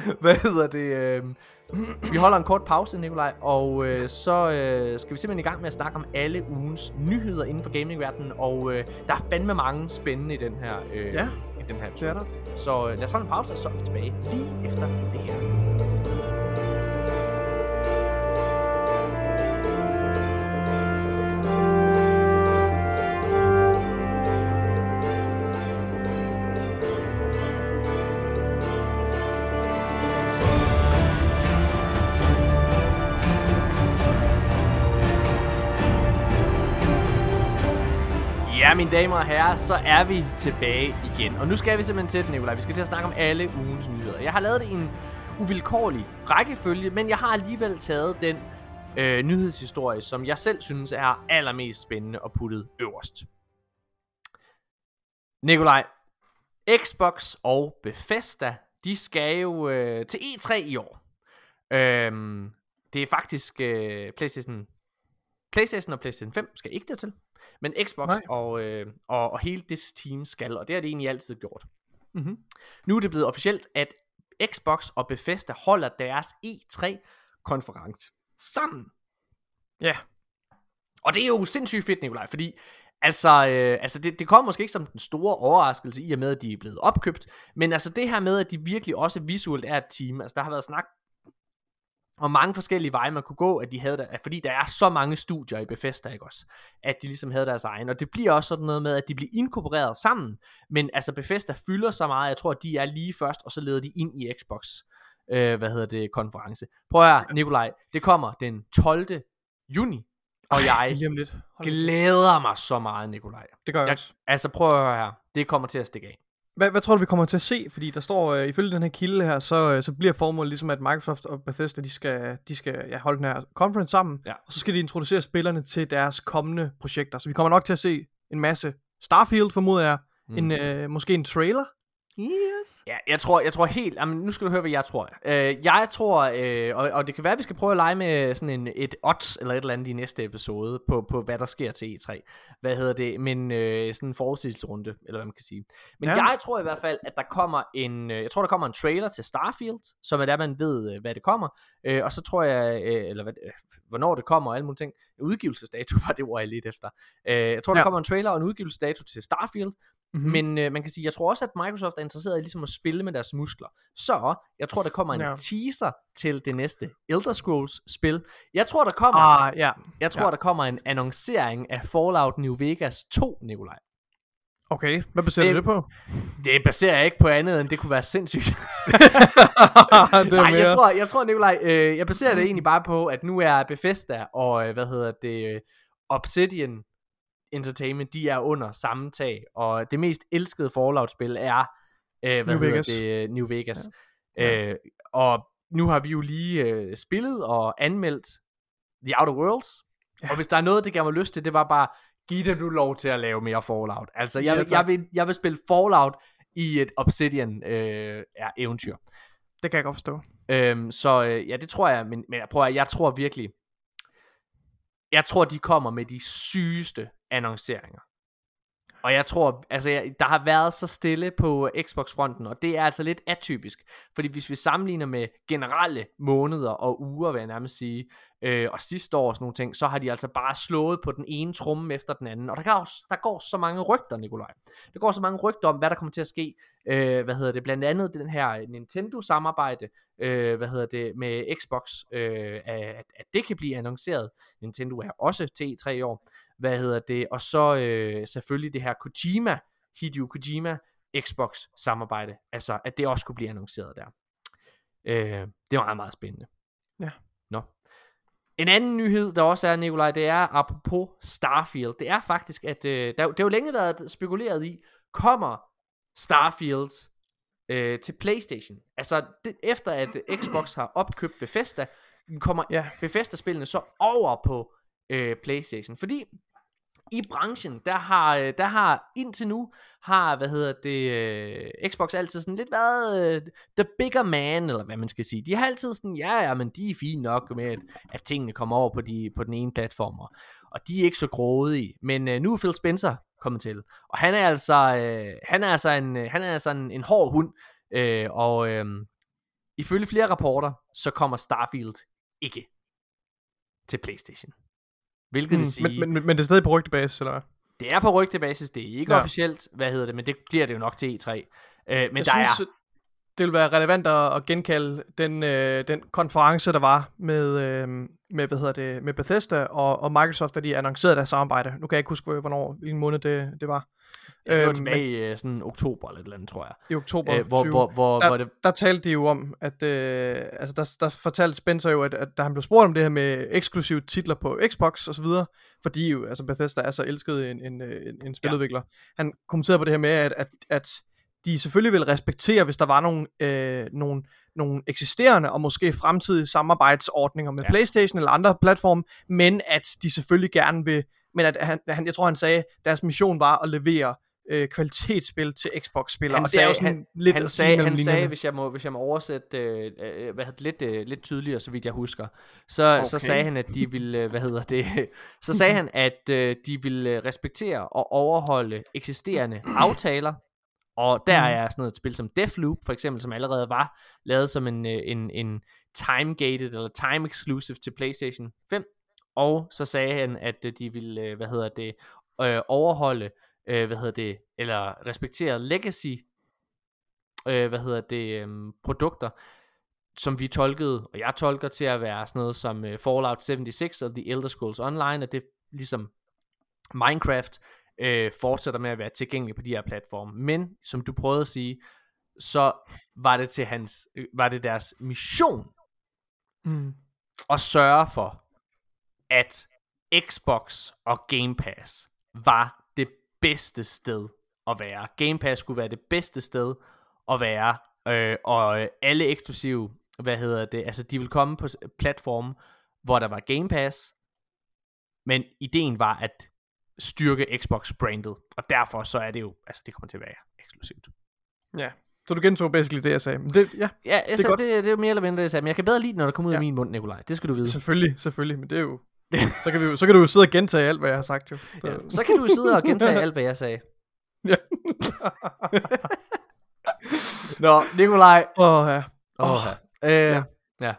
Vi holder en kort pause, Nikolaj, og så skal vi simpelthen i gang med at snakke om alle ugens nyheder inden for gamingverdenen, og der er fandme mange spændende i den her i den her episode. Det er der. Så lad os holde en pause, og så er vi tilbage lige efter det her. Ja, mine damer og herrer, så er vi tilbage igen. Og nu skal vi simpelthen til det, Nikolaj. Vi skal til at snakke om alle ugens nyheder. Jeg har lavet det i en uvilkårlig rækkefølge, men jeg har alligevel taget den nyhedshistorie, som jeg selv synes er allermest spændende og puttet øverst. Nikolaj, Xbox og Bethesda, de skal jo til E3 i år. Det er faktisk PlayStation og PlayStation 5 skal ikke dertil. Men Xbox og hele det team skal, og det har det egentlig altid gjort. Nu er det blevet officielt, at Xbox og Bethesda holder deres E3-konference sammen. Ja. Og det er jo sindssygt fedt, Nikolaj, fordi det kommer måske ikke som den store overraskelse i og med, at de er blevet opkøbt, men altså det her med, at de virkelig også visuelt er et team, altså der har været snak og mange forskellige veje man kunne gå, at de havde der, fordi der er så mange studier i Bethesda, ikke også, at de ligesom havde deres egen, og det bliver også sådan noget med, at de bliver inkorporeret sammen, men altså Bethesda fylder så meget, jeg tror, at de er lige først, og så leder de ind i Xbox, konference. Prøv at høre, Nikolaj, det kommer den 12. juni, og jeg glæder mig så meget, Nikolaj. Det gør jeg også. Altså prøv at høre her, det kommer til at stikke af. Hvad tror du, vi kommer til at se? Fordi der står, ifølge den her kilde her, så bliver formålet ligesom, at Microsoft og Bethesda, de skal holde den her conference sammen, og så skal de introducere spillerne til deres kommende projekter. Så vi kommer nok til at se en masse Starfield, formoder jeg, måske en trailer. Yes. Ja, jeg tror helt, jamen, nu skal du høre, hvad jeg tror. Jeg tror, og det kan være, at vi skal prøve at lege med sådan et odds eller et eller andet i næste episode på hvad der sker til E3. Men sådan en forudsigelsesrunde, eller hvad man kan sige. Men jeg tror i hvert fald, at der kommer en trailer til Starfield, som er der, man ved, hvad det kommer. Og så tror jeg, hvornår det kommer og alle mulige ting. Udgivelsesdato var det ord, jeg lidt efter. Jeg tror, der kommer en trailer og en udgivelsesdato til Starfield. Men man kan sige, jeg tror også, at Microsoft er interesseret i ligesom at spille med deres muskler. Så jeg tror, der kommer en teaser til det næste Elder Scrolls spil. Jeg tror, der kommer en annoncering af Fallout New Vegas 2, Nikolaj. Okay, hvad baserer du det på? Det baserer jeg ikke på andet, end det kunne være sindssygt. Jeg tror, Nikolaj, jeg baserer det egentlig bare på, at nu er Bethesda og, Obsidian Entertainment, de er under samme tag, og det mest elskede Fallout-spil er New Vegas. Ja. Og nu har vi jo lige spillet og anmeldt The Outer Worlds, og hvis der er noget, det gav mig lyst til, det var bare, giv dem nu lov til at lave mere Fallout. Altså, jeg vil spille Fallout i et Obsidian eventyr. Det kan jeg godt forstå. Det tror jeg, men jeg tror virkelig, de kommer med de sygeste annonceringer. Og jeg tror, der har været så stille på Xbox-fronten, og det er altså lidt atypisk. Fordi hvis vi sammenligner med generelle måneder og uger, vil jeg nærmest sige, og sidste år og sådan nogle ting, så har de altså bare slået på den ene tromme efter den anden. Og der går så mange rygter, Nikolaj. Der går så mange rygter om, hvad der kommer til at ske. Blandt andet den her Nintendo-samarbejde, med Xbox, at det kan blive annonceret. Nintendo er også til E3 år. Og så selvfølgelig det her Hideo Kojima Xbox samarbejde, altså at det også kunne blive annonceret der. Det er meget, meget spændende. Ja. Nå. En anden nyhed, der også er, Nikolaj, det er apropos Starfield. Det er faktisk, at det har jo længe været spekuleret i, kommer Starfield til PlayStation? Altså, efter at Xbox har opkøbt Bethesda, kommer Bethesda-spillene så over på PlayStation. Fordi i branchen, der har indtil nu, Xbox altid sådan lidt været the bigger man, eller hvad man skal sige. De har altid sådan, men de er fine nok med, at tingene kommer over på den ene platform, og de er ikke så grådige. Men nu er Phil Spencer kommet til, og han er altså en hård hund, og ifølge flere rapporter, så kommer Starfield ikke til PlayStation. Hvilket vil sige... Men det er stadig på rygtebasis, eller hvad? Det er på rygtebasis, det er ikke officielt, men det bliver det jo nok til E3. Men jeg synes, det vil være relevant at genkalde den konference, der var med Bethesda og Microsoft, da de annoncerede deres samarbejde. Nu kan jeg ikke huske, hvilken måned det var. Det var tilbage i sådan oktober eller et eller andet, tror jeg. I oktober 20. Der talte de jo om, at der fortalte Spencer jo, at da han blev spurgt om det her med eksklusive titler på Xbox og så videre, fordi jo, altså Bethesda er så elsket en spiludvikler. Han kommenterede på det her med, at de selvfølgelig vil respektere, hvis der var nogle eksisterende og måske fremtidige samarbejdsordninger med PlayStation eller andre platforme, men at de selvfølgelig gerne vil, men at jeg tror han sagde, at deres mission var at levere kvalitetsspil til Xbox-spillere, og det er jo sådan lidt han sagde, hvis jeg må oversætte lidt tydeligere, så vidt jeg husker, så sagde han, at de ville, så sagde han, at de ville respektere og overholde eksisterende aftaler, og der er sådan noget et spil som Deathloop, for eksempel, som allerede var lavet som en time-gated eller time-exclusive til PlayStation 5, og så sagde han, at de ville, overholde eller respektere legacy produkter, som vi tolkede, og jeg tolker til at være sådan noget som Fallout 76 og The Elder Scrolls Online, og det ligesom Minecraft fortsætter med at være tilgængelig på de her platforme. Men som du prøvede at sige, så var det deres mission at sørge for, at Xbox og Game Pass var det bedste sted at være. Game Pass skulle være det bedste sted at være, og alle eksklusive, altså de ville komme på platforme, hvor der var Game Pass, men ideen var at styrke Xbox-brandet, og derfor så er det jo, altså det kommer til at være eksklusivt. Ja, så du gentog basically det, jeg sagde. Men det, det er jo mere eller mindre det, jeg sagde, men jeg kan bedre lide, når det kommer ud af min mund, Nikolaj. Det skal du vide. Selvfølgelig, men det er jo... så kan du jo sidde og gentage alt, hvad jeg har sagt, jo. Så kan du jo sidde og gentage alt, hvad jeg sagde. Ja. Nå, Nikolaj. Ja.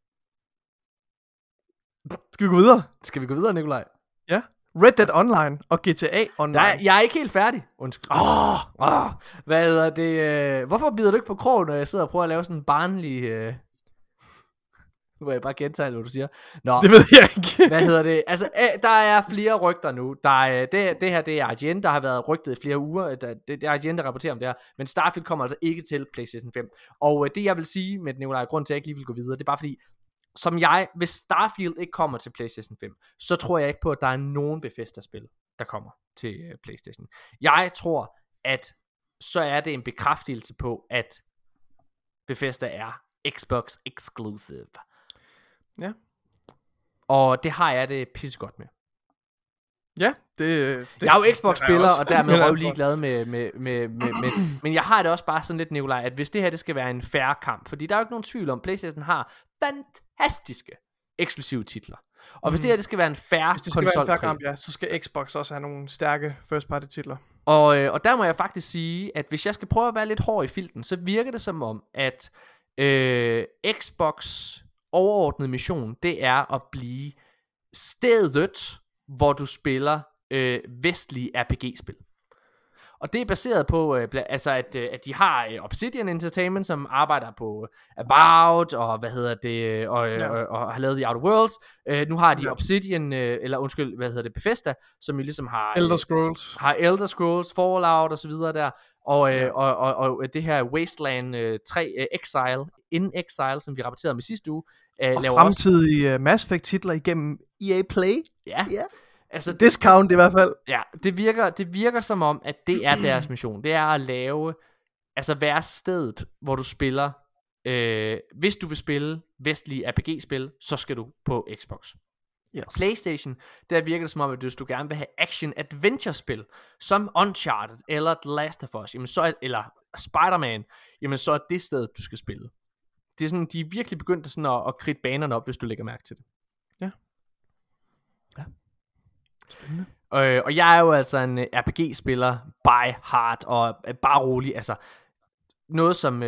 Skal vi gå videre? Skal vi gå videre, Nikolaj? Ja. Red Dead Online og GTA Online. Jeg er ikke helt færdig. Undskyld. Hvad hedder det? Hvorfor bider du ikke på krogen, når jeg sidder og prøver at lave sådan en barnlig... Nu vil jeg bare gentage, hvad du siger. Nå, det ved jeg ikke. Hvad hedder det? Altså, der er flere rygter nu. Det her, det er IGN, der har været rygtet i flere uger. Det er IGN, der rapporterer om det her. Men Starfield kommer altså ikke til PlayStation 5. Og det jeg vil sige med Nikolaj, grund til at jeg ikke lige vil gå videre, det er bare fordi, hvis Starfield ikke kommer til PlayStation 5, så tror jeg ikke på, at der er nogen Bethesda-spil, der kommer til PlayStation. Jeg tror, at så er det en bekræftelse på, at Bethesda er Xbox exclusive. Ja. Og det har jeg det pissegodt med. Ja, jeg er jo Xbox-spiller, og dermed er jeg ligeglad med men jeg har det også bare sådan lidt, Nikolaj, at hvis det her det skal være en fair kamp, fordi der er jo ikke nogen tvivl om, PlayStation har fantastiske eksklusive titler. Og hvis det her det skal være en fair hvis det skal være en fair kamp, så skal Xbox også have nogle stærke first party titler. Og der må jeg faktisk sige, at hvis jeg skal prøve at være lidt hård i filten, så virker det som om, at Xbox overordnede mission, det er at blive stedet, hvor du spiller vestlige RPG-spil. Og det er baseret på, altså at de har Obsidian Entertainment, som arbejder på Avowed, og og har lavet The Outer Worlds. Nu har de Obsidian, Bethesda, som jo ligesom har Elder Scrolls, Fallout og så videre der. Og det her Wasteland 3 Exile, som vi rapporterede med sidste uge, og fremtidige Mass Effect titler igennem EA Play. Ja. Altså, discount i hvert fald. Ja, det virker som om, at det er deres mission. Det er at lave, altså være stedet, hvor du spiller. Hvis du vil spille vestlige RPG-spil, så skal du på Xbox. Yes. PlayStation, der virker det som om, at hvis du gerne vil have action-adventure-spil, som Uncharted, eller The Last of Us, eller Spider-Man, jamen så er det sted, du skal spille. Det er sådan, de er virkelig begyndt sådan at kridte banerne op, hvis du lægger mærke til det. Ja. Og jeg er jo altså en RPG-spiller by heart, og bare rolig, altså noget som,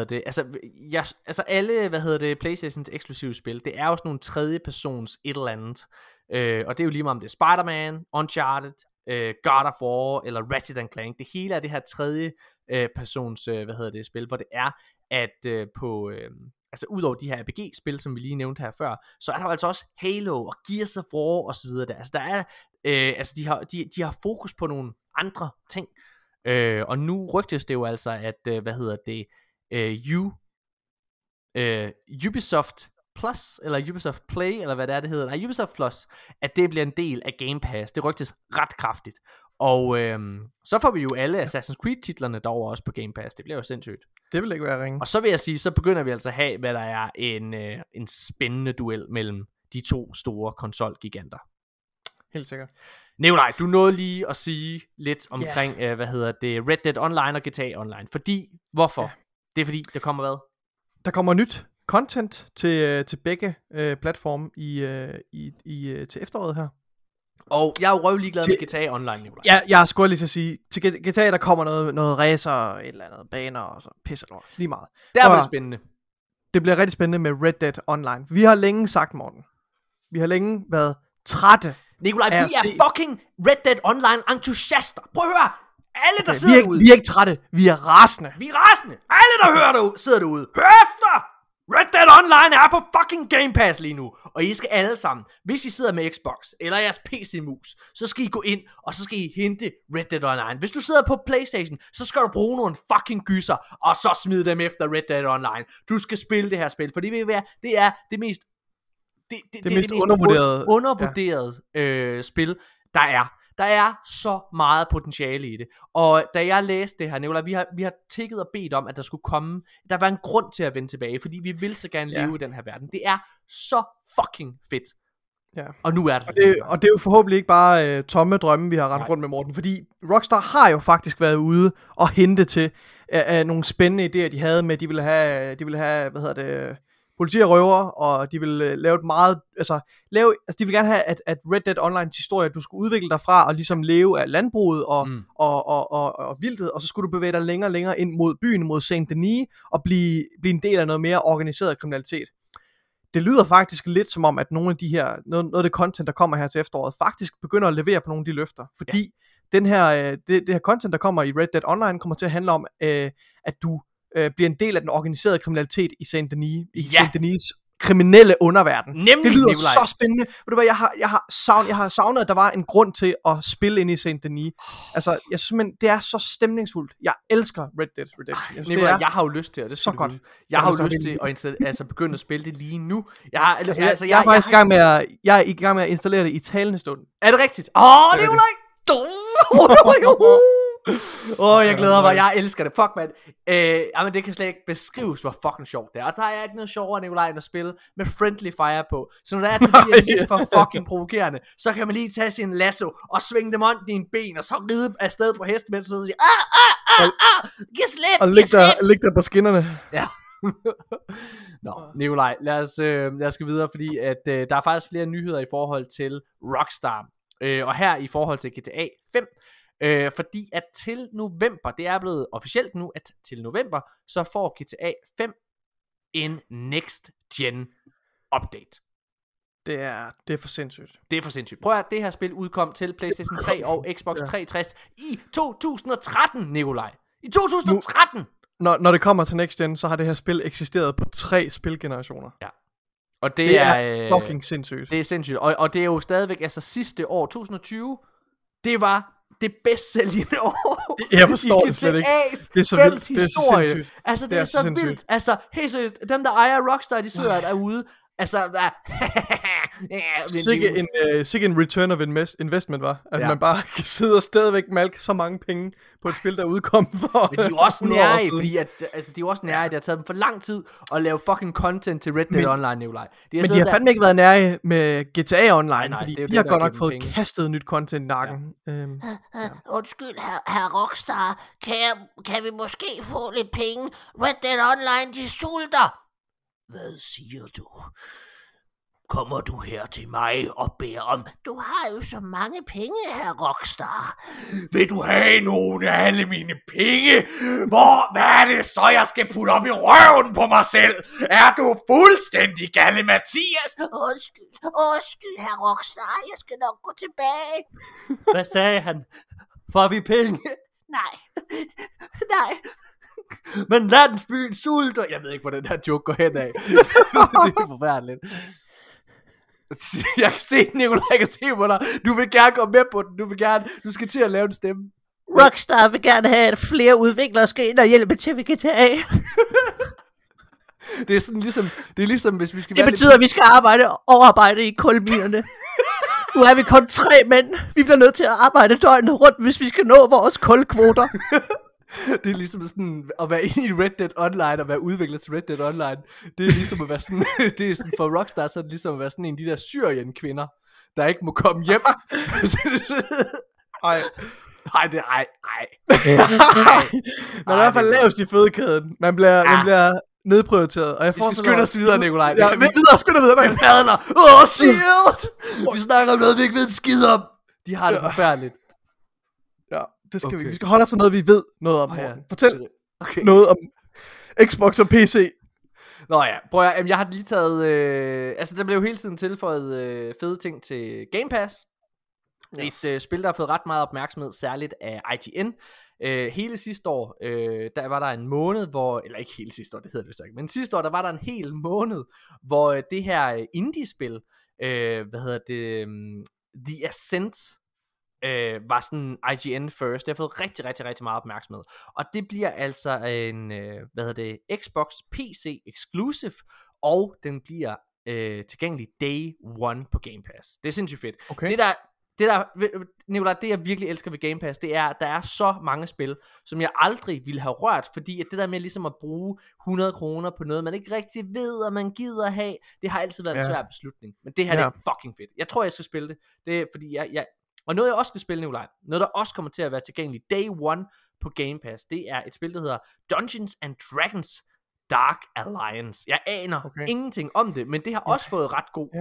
alle, PlayStations eksklusive spil, det er jo sådan nogle tredje persons et eller andet, og det er jo lige meget om det er Spider-Man, Uncharted, God of War, eller Ratchet & Clank, det hele er det her tredje persons, spil, hvor det er, at altså udover de her RPG-spil, som vi lige nævnte her før, så er der altså også Halo og Gears of War og så videre der. Altså der er, de har fokus på nogle andre ting. Og nu rygtes det jo altså, at Ubisoft Plus, eller Ubisoft Play, eller hvad det hedder, nej, Ubisoft Plus, at det bliver en del af Game Pass. Det rygtes ret kraftigt. Og så får vi jo alle Assassin's Creed titlerne derovre også på Game Pass. Det bliver jo sindssygt. Det vil ikke være ringe. Og så vil jeg sige, så begynder vi altså at have, hvad der er en spændende duel mellem de to store konsolgiganter. Helt sikkert. Nikolaj, du nåede lige at sige lidt omkring, Red Dead Online og GTA Online. Hvorfor? Yeah. Det er fordi, der kommer hvad? Der kommer nyt content til begge platforme til efteråret her. Og jeg er jo røvlig glad med GTA Online, Nikolaj. Ja, jeg skulle lige til at sige, til GTA der kommer noget racer, et eller andet baner og så pisser lort. Lige meget. Der bliver det spændende. Det bliver rigtig spændende med Red Dead Online. Vi har længe sagt, Morten. Vi har længe været trætte. Nikolaj, vi er fucking Red Dead Online entusiaster. Prøv at høre. Alle der sidder derude. Vi er ikke trætte, vi er rasende. Alle der hører derude, sidder derude. Hør efter! Red Dead Online er på fucking Game Pass lige nu. Og I skal alle sammen, hvis I sidder med Xbox eller jeres PC-mus, så skal I gå ind, og så skal I hente Red Dead Online. Hvis du sidder på PlayStation, så skal du bruge nogle fucking gyser, og så smide dem efter Red Dead Online. Du skal spille det her spil, for det er det mest undervurderede spil, der er. Der er så meget potentiale i det. Og da jeg læste det her, Nicolai, vi har tikket og bedt om, at der skulle komme, der var en grund til at vende tilbage, fordi vi vil så gerne leve i den her verden. Det er så fucking fedt. Ja. Og nu er det. Og det er jo forhåbentlig ikke bare tomme drømme, vi har rendt rundt med, Morten, fordi Rockstar har jo faktisk været ude og hente til nogle spændende idéer, de havde med, de ville have, politi og røver, og de vil lave et meget, de vil gerne have, at Red Dead Online's historie, du skulle udvikle dig fra og ligesom leve af landbruget og vildtet, og så skulle du bevæge dig længere og længere ind mod byen, mod Saint-Denis, og blive en del af noget mere organiseret kriminalitet. Det lyder faktisk lidt som om, at nogle af de her, noget af det content, der kommer her til efteråret, faktisk begynder at levere på nogle af de løfter, fordi det her content, der kommer i Red Dead Online, kommer til at handle om, at du bliver en del af den organiserede kriminalitet i Saint-Denis, Saint-Denis kriminelle underverden. Nemlig, det lyder Nikolaj. Så spændende. Ved du hvad, jeg har savnet, at der var en grund til at spille ind i Saint-Denis. Altså, jeg synes, det er så stemningsfuldt. Jeg elsker Red Dead Redemption. Nikolaj, jeg har jo lyst til, og det så godt. Jeg har jo lyst til at begynde at spille det lige nu. Jeg er i gang med at installere det i talende stund. Er det rigtigt? Nikolaj! Jeg glæder mig, jeg elsker det. Fuck, man. Men det kan slet ikke beskrives, hvor fucking sjovt det er. Og der er ikke noget sjovere, Nikolaj, end at spille med friendly fire på. Så når der er det bliver lidt for fucking provokerende, så kan man lige tage sin lasso og svinge dem om dine ben, og så ride afsted på hesten, mens du siger, giv slip, og læg der på skinnerne. Ja. Nå, Nikolaj, lad os gå videre, fordi at der er faktisk flere nyheder i forhold til Rockstar. Og her i forhold til GTA 5, fordi at til november, det er blevet officielt nu, at til november, så får GTA 5 en next gen update. Det er for sindssygt. Det er for sindssygt. Prøv at det her spil udkom til PlayStation 3 og Xbox 360 i 2013, Nikolaj. I 2013! Når det kommer til Next Gen, så har det her spil eksisteret på 3 spilgenerationer. Ja. Og det er fucking sindssygt. Det er sindssygt. Og det er jo stadigvæk, altså sidste år, 2020, det var det bedst sælgende år. Jeg forstår det slet ikke. Det er så vildt. Det er så sindssygt. Altså det er så vildt. Altså helt seriøst, dem der ejer Rockstar, de sidder derude. Altså sikke en return of investment var. At man bare kan sidde og stadigvæk malke så mange penge på et spil, der udkom for. Men de er jo også nære, fordi at, altså, de er jo også nære, det har taget dem for lang tid at lave fucking content til Red Dead Online, Nikolaj. Men de har fandme ikke været nære med GTA Online, nej, fordi de har godt nok fået kastet nyt content i nakken. Undskyld, herr Rockstar, kan vi måske få lidt penge? Red Dead Online, de sulter. Hvad siger du? Kommer du her til mig og beder om? Du har jo så mange penge, herr Rockstar. Vil du have nogle af alle mine penge? Hvad er det så, jeg skal putte op i røven på mig selv? Er du fuldstændig galle, Mathias? Undskyld, herr Rockstar. Jeg skal nok gå tilbage. Hvad sagde han? Får vi penge? Nej. Men landsbyen sulter. Jeg ved ikke, hvor den her joke går hen af. Det er forfærdeligt. Jeg kan se, Nicolaj, jeg kan se på dig. Du vil gerne gå med på den. Du skal til at lave en stemme. Rockstar vil gerne have, at flere udviklere skal ind og hjælpe til ved GTA. Det er sådan ligesom hvis vi skal. Det betyder, at vi skal overarbejde i kulminerne. Nu er vi kun 3 mænd. Vi bliver nødt til at arbejde døgnet rundt, hvis vi skal nå vores kulkvoter. Det er ligesom sådan at være inde i Red Dead Online og være udvikler til Red Dead Online. Det er ligesom at være sådan, det er sådan for Rockstar, så er det ligesom at være sådan en af de der Syrien-kvinder, der ikke må komme hjem. Ej. Man er i hvert fald lavest i fødekæden. Man bliver nedprioriteret. Og jeg vi skal skynde os videre, Nikolaj. Ja, skynde videre. Shit! Vi snakker om noget, vi ikke ved en skid om. De har det forfærdeligt. Ja, det skal vi skal holde os til noget, vi ved noget om. Fortæl noget om Xbox og PC. Nå ja, prøv at, jeg har lige taget altså der blev jo hele tiden tilføjet fede ting til Game Pass. Yes. Et spil, der har fået ret meget opmærksomhed, særligt af IGN. Hele sidste år, der var der en måned, hvor, eller ikke hele sidste år, det hedder det så ikke, men sidste år, der var der en hel måned, hvor det her indie-spil, The Ascent, var sådan IGN first. Det har fået rigtig, rigtig, rigtig meget opmærksomhed. Og det bliver altså en, Xbox PC exclusive, og den bliver tilgængelig day one på Game Pass. Det er sindssygt fedt. Okay. Det der, Nicolaj, det jeg virkelig elsker ved Game Pass, det er, at der er så mange spil, som jeg aldrig ville have rørt, fordi at det der med ligesom at bruge 100 kroner på noget, man ikke rigtig ved, og man gider have, det har altid været en svær beslutning. Men det her, det er fucking fedt. Jeg tror, jeg skal spille det. Det er, fordi og noget jeg også skal spille, Nicolaj, noget der også kommer til at være tilgængeligt day one på Game Pass, det er et spil, der hedder Dungeons and Dragons Dark Alliance. Jeg aner ingenting om det, men det har også fået ret god,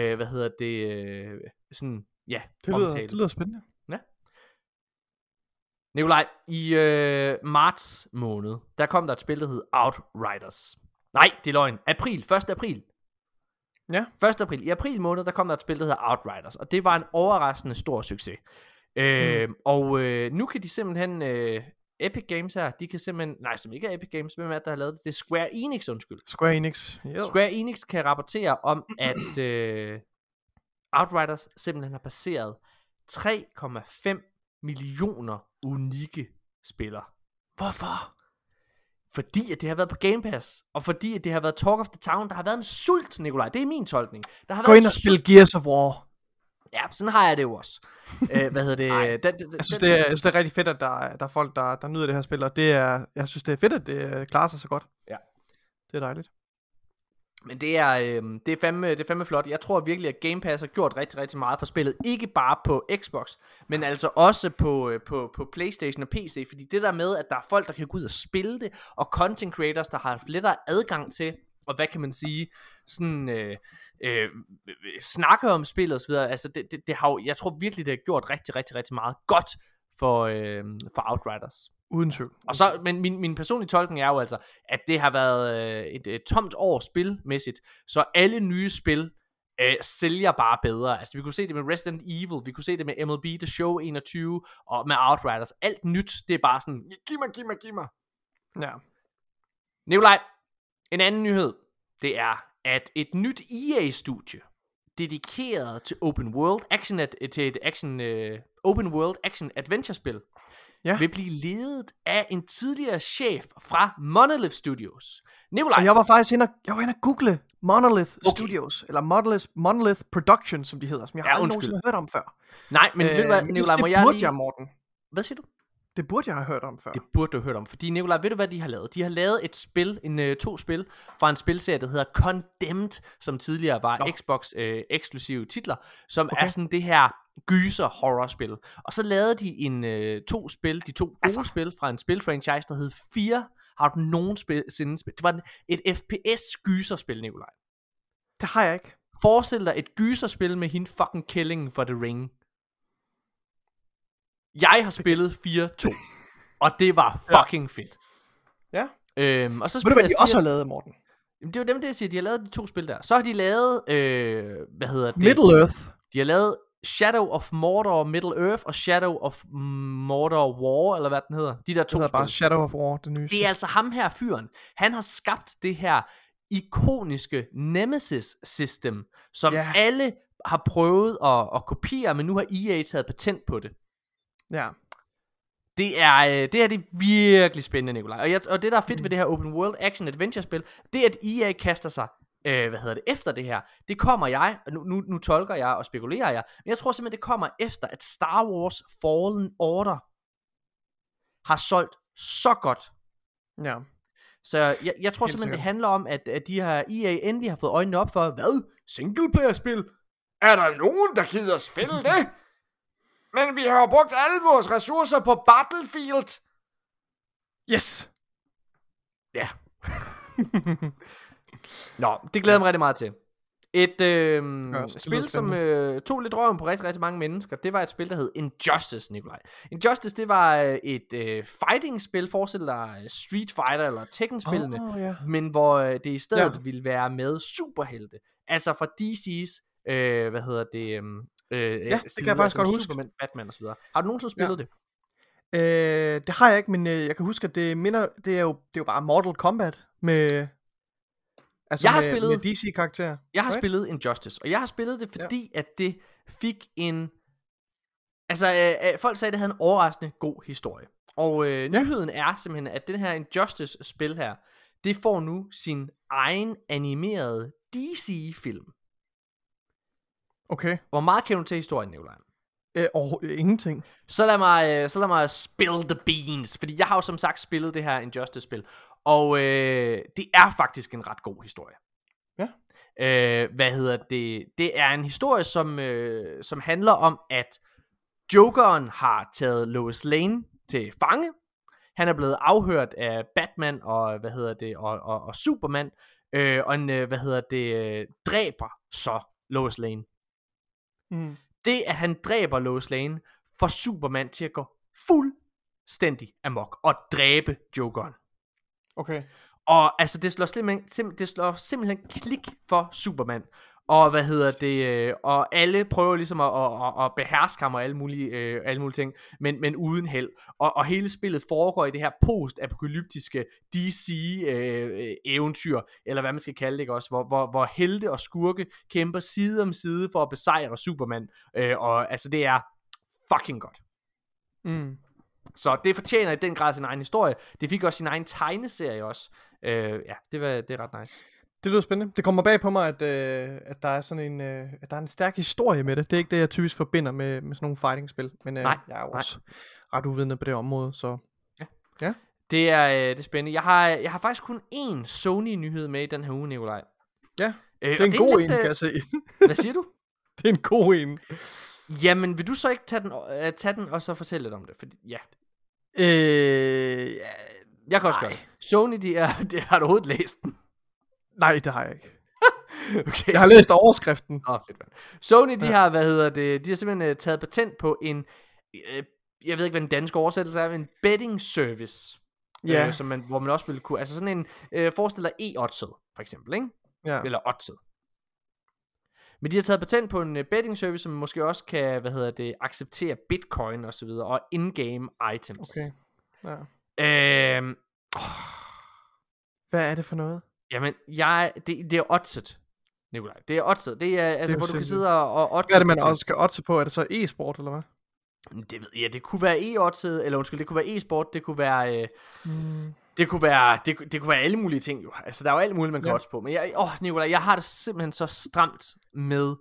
sådan, ja, det lyder spændende. Ja. Nikolaj, i marts måned, der kom der et spil, der hed Outriders. Nej, det er løgn. 1. april. Ja. 1. april. I april måned, der kom der et spil, der hedder Outriders, og det var en overraskende stor succes. Og nu kan de simpelthen, Epic Games her, de kan simpelthen, nej, som ikke er Epic Games, hvem er det, der har lavet det? Det er Square Enix, undskyld. Square Enix, yes. Square Enix kan rapportere om, at Outriders simpelthen har passeret 3,5 millioner unikke spillere. Hvorfor? Fordi at det har været på Game Pass, og fordi at det har været Talk of the Town. Der har været en sult, Nikolaj. Det er min tolkning. Der har Gå ind og spil Gears of War. Ja, sådan har jeg det jo også. Jeg synes, det er rigtig fedt, at der er folk, der nyder det her spil, og jeg synes, det er fedt, at det klarer sig så godt. Ja. Det er dejligt. Men det er fandme flot. Jeg tror virkelig, at Game Pass har gjort rigtig, rigtig meget for spillet. Ikke bare på Xbox, men altså også på PlayStation og PC. Fordi det der med, at der er folk, der kan gå ud og spille det, og content creators, der har lettere adgang til, og hvad kan man sige, sådan snakke om spillet og så videre. Altså det har jo, jeg tror virkelig, det har gjort rigtig, rigtig, rigtig meget godt for Outriders. Uden tvivl. Og så, men min personlige tolkning er jo altså, at det har været et tomt år spilmæssigt, så alle nye spil sælger bare bedre. Altså vi kunne se det med Resident Evil, vi kunne se det med MLB The Show 21 og med Outriders. Alt nyt, det er bare sådan, giv mig. Ja. Nikolaj, en anden nyhed, det er, at et nyt EA-studie, dedikeret til open world action adventure-spil, vil blive ledet af en tidligere chef fra Monolith Studios. Nikolaj. Og jeg var faktisk inde og google Monolith Studios, eller Monolith Productions, som de hedder, som jeg aldrig nogensinde har hørt om før. Nej, men Nikolaj, må jeg burde jeg, Morten. Hvad siger du? Det burde jeg have hørt om før. Det burde du have hørt om, fordi Nikolaj, ved du hvad de har lavet? De har lavet et spil, to spil fra en spilserie, der hedder Condemned, som tidligere var Xbox eksklusive titler, som er sådan det her gyser horror-spil. Og så lavede de to gode spil fra en spilfranchise, der hed Fear. Har du nogensinde spillet? Det var et FPS gyserspil, Nikolaj. Det har jeg ikke. Forestil dig et gyserspil med hende fucking killingen for The Ring. Jeg har spillet 4-2, og det var fucking fedt. Ja. Og så ved du hvad de også har lavet, Morten? Det er jo dem, det jeg siger. De har lavet de to spil der. Så har de lavet, Middle Earth. De har lavet Shadow of Mordor Middle Earth og Shadow of Mordor War, eller hvad den hedder. De der to spil. Bare Shadow of War, det nye. Det er altså ham her fyren. Han har skabt det her ikoniske Nemesis system, som alle har prøvet at kopiere, men nu har EA taget patent på det. Ja. Det er virkelig spændende, Nikolaj. Og det der er fedt ved det her open world action adventure spil, det er at EA kaster sig efter det her. Det kommer jeg, nu tolker jeg og spekulerer jeg, men jeg tror simpelthen det kommer efter at Star Wars Fallen Order har solgt så godt. Ja. Så jeg tror simpelthen det handler om at de her EA endelig har fået øjnene op for hvad? Singleplayer-spil? Er der nogen der gider spille det? Men vi har jo brugt alle vores ressourcer på Battlefield. Yes. Ja. Nå, det glæder mig rigtig meget til. Et spil, som tog lidt røven på rigtig, rigtig mange mennesker, det var et spil, der hed Injustice, Nikolaj. Injustice, det var et fighting-spil, forestil dig Street Fighter eller Tekken-spillene, men hvor det i stedet ville være med superhelte. Altså fra DC's, det kan jeg faktisk godt huske. Superman, Batman og så videre. Har du nogensinde spillet det? Det har jeg ikke, men jeg kan huske, at det er jo bare Mortal Kombat med... Altså med DC-karakterer. Jeg har spillet Injustice, og jeg har spillet det, fordi at det fik en... Altså, folk sagde, at det havde en overraskende god historie. Og nyheden er simpelthen, at den her Injustice-spil her, det får nu sin egen animerede DC-film. Okay. Hvor meget kan du til historien, Nikolaj? Ingenting. Så lad mig spill the beans, fordi jeg har jo som sagt spillet det her Injustice-spil, og det er faktisk en ret god historie. Ja. Det er en historie, som handler om, at Jokeren har taget Lois Lane til fange. Han er blevet afhørt af Batman og og Superman, dræber så Lois Lane. Mm. Det at han dræber Lois Lane får Superman til at gå fuldstændig amok og dræbe Jokeren. Okay. Og altså det slår simpelthen klik for Superman. Og og alle prøver ligesom at beherske ham og alle mulige ting, men uden held. Og hele spillet foregår i det her post-apokalyptiske DC eventyr, eller hvad man skal kalde det, ikke også, hvor helte og skurke kæmper side om side for at besejre Superman. Og altså det er fucking godt. Mm. Så det fortjener i den grad sin egen historie. Det fik også sin egen tegneserie også. Det er ret nice. Det lyder spændende. Det kommer bag på mig, at der er sådan en, at der er en stærk historie med det. Det er ikke det, jeg typisk forbinder med sådan nogle fighting-spil. Men jeg er jo også ret uvidende på det område, så... Ja. Det er spændende. Jeg har faktisk kun én Sony-nyhed med i den her uge, Nikolaj. Ja, det er en god en, kan jeg se. Hvad siger du? Det er en god en. Jamen, vil du så ikke tage den og så fortælle lidt om det? Fordi, ja. Jeg kan også gøre det. Sony, har du overhovedet læst den? Nej, det har jeg ikke. Okay. Jeg har læst overskriften. Fedt, man. Sony, de har, de har simpelthen taget patent på en, jeg ved ikke, hvad den danske oversættelse er, en betting service. Ja. Hvor man også ville kunne, altså sådan en, forestiller e-oddset, for eksempel, ikke? Ja. Eller oddset. Men de har taget patent på en betting service, som måske også kan, acceptere bitcoin og så videre, og in-game items. Okay. Ja. Hvad er det for noget? Jamen, det er oddset, Nikolaj. Det er oddset. Det er, altså, hvor du kan sindssygt. sidde og oddse. Hvad er det, man også skal oddse på? Er det så e-sport, eller hvad? Det kunne være e-oddset, eller undskyld, det kunne være e-sport, det kunne være... Det kunne være alle mulige ting jo. Altså der er jo alt muligt man kan odds på. Men Nicolaj, jeg har det simpelthen så stramt med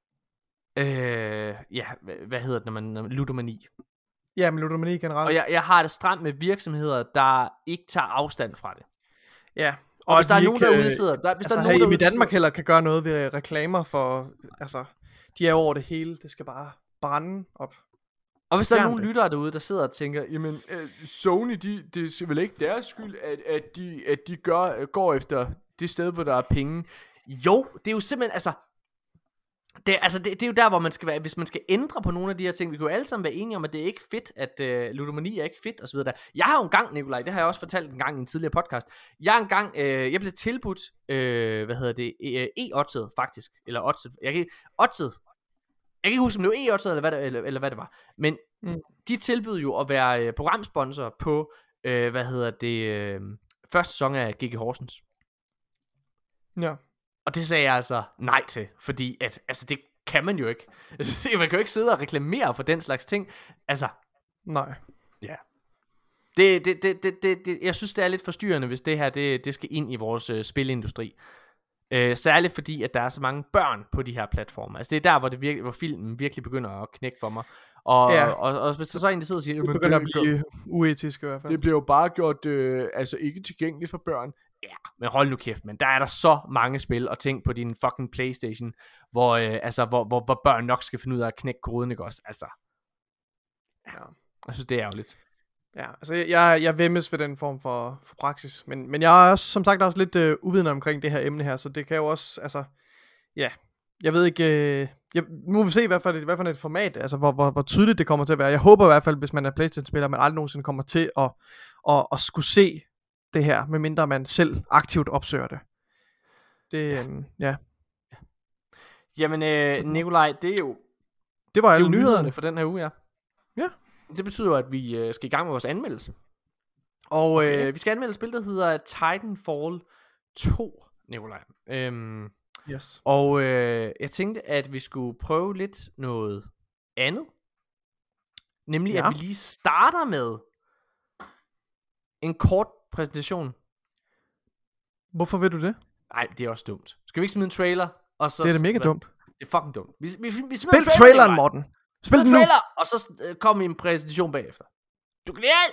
hvad hedder det, når man ludomani. Ja, men ludomani generelt. Og jeg har det stramt med virksomheder, der ikke tager afstand fra det. Ja. Og hvis der er nogen derude sidder, hvis der er nogen i Danmark heller kan gøre noget ved reklamer for, altså de er over det hele. Det skal bare brænde op. Og hvis der er nogle lyttere derude, der sidder og tænker, jamen, Sony, det er vel ikke deres skyld, at de går efter det sted, hvor der er penge. Jo, det er jo simpelthen, det er jo der, hvor man skal være, hvis man skal ændre på nogle af de her ting. Vi kan jo alle sammen være enige om, at det er ikke fedt, at ludomani er ikke fedt, og så videre. Jeg har jo engang, Nikolaj, det har jeg også fortalt en gang i en tidligere podcast. Jeg blev tilbudt, e-oddset faktisk, eller oddset, jeg kan ikke huske, om det var e-oddset, eller hvad det var. Men de tilbød jo at være programsponsor på, første sæson af G.G. Horsens. Ja. Og det sagde jeg altså nej til, fordi at, det kan man jo ikke. Man kan jo ikke sidde og reklamere for den slags ting. Altså. Nej. Ja. Jeg synes, det er lidt forstyrrende, hvis det her, det skal ind i vores spilindustri. Særligt fordi, at der er så mange børn på de her platforme. Altså det er der, hvor filmen virkelig begynder at knække for mig. Og hvis der så en, der sidder og siger, det begynder at blive uetisk i hvert fald. Det bliver jo bare gjort ikke tilgængeligt for børn. Ja, men hold nu kæft, men der er der så mange spil og ting på din fucking PlayStation, hvor børn nok skal finde ud af at knække koden, ikke også? Altså. Ja. Jeg synes, det er ærgerligt. Ja, altså jeg væmmes ved den form for praksis, men jeg er også, som sagt også lidt uvidende omkring det her emne her, så det kan jo også, altså, ja, jeg ved ikke, nu må vi se hvad for et format, altså hvor tydeligt det kommer til at være. Jeg håber i hvert fald, hvis man er PlayStation-spiller, man aldrig nogensinde kommer til at skulle se det her, medmindre man selv aktivt opsøger det. Ja. Jamen, Nikolaj, det var alle nyhederne for den her uge, ja. Ja. Det betyder jo, at vi skal i gang med vores anmeldelse. Og vi skal anmelde et spil, der hedder Titanfall 2, Nikolaj. Yes. Og jeg tænkte, at vi skulle prøve lidt noget andet. Nemlig, at vi lige starter med en kort præsentation. Hvorfor vil du det? Nej, det er også dumt. Skal vi ikke smide en trailer? Og så det er da mega dumt. Det er fucking dumt. Vi spil traileren, Morten. Spil den nu. Trailer, og så kommer en præsentation bagefter. Du kan lide alt!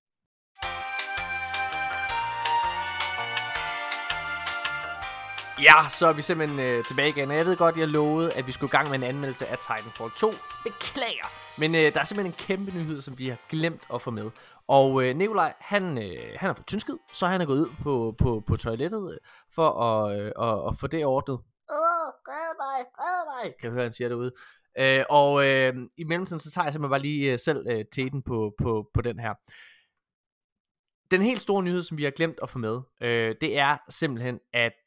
Ja, så er vi simpelthen tilbage igen. Og jeg ved godt, jeg lovede, at vi skulle i gang med en anmeldelse af Titanfall 2. Beklager. Men der er simpelthen en kæmpe nyhed, som vi har glemt at få med. Og Nikolaj, han er på tyndskid, så han er gået ud på toilettet for at få det ordnet. Red mig. Kan jeg høre, han siger derude. I mellemtiden, så tager jeg simpelthen bare lige selv teten på den her. Den helt store nyhed, som vi har glemt at få med, det er simpelthen, at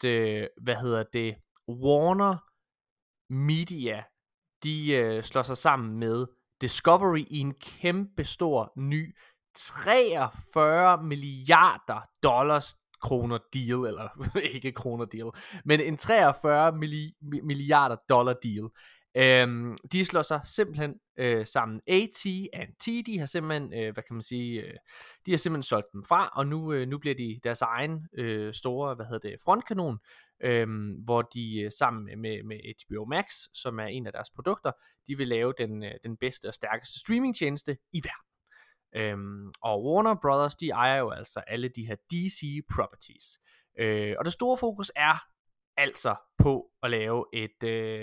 Warner Media, de slår sig sammen med Discovery i en kæmpe stor ny 43 milliarder dollars kroner deal, eller ikke kroner deal, men en 43 milliarder dollar deal. De slår sig simpelthen sammen. AT&T, de har simpelthen, de har simpelthen solgt dem fra, og nu bliver de deres egen store, frontkanon, hvor de sammen med HBO Max, som er en af deres produkter, de vil lave den bedste og stærkeste streamingtjeneste i verden. Og Warner Brothers, de ejer jo altså alle de her DC properties. Og det store fokus er altså på at lave et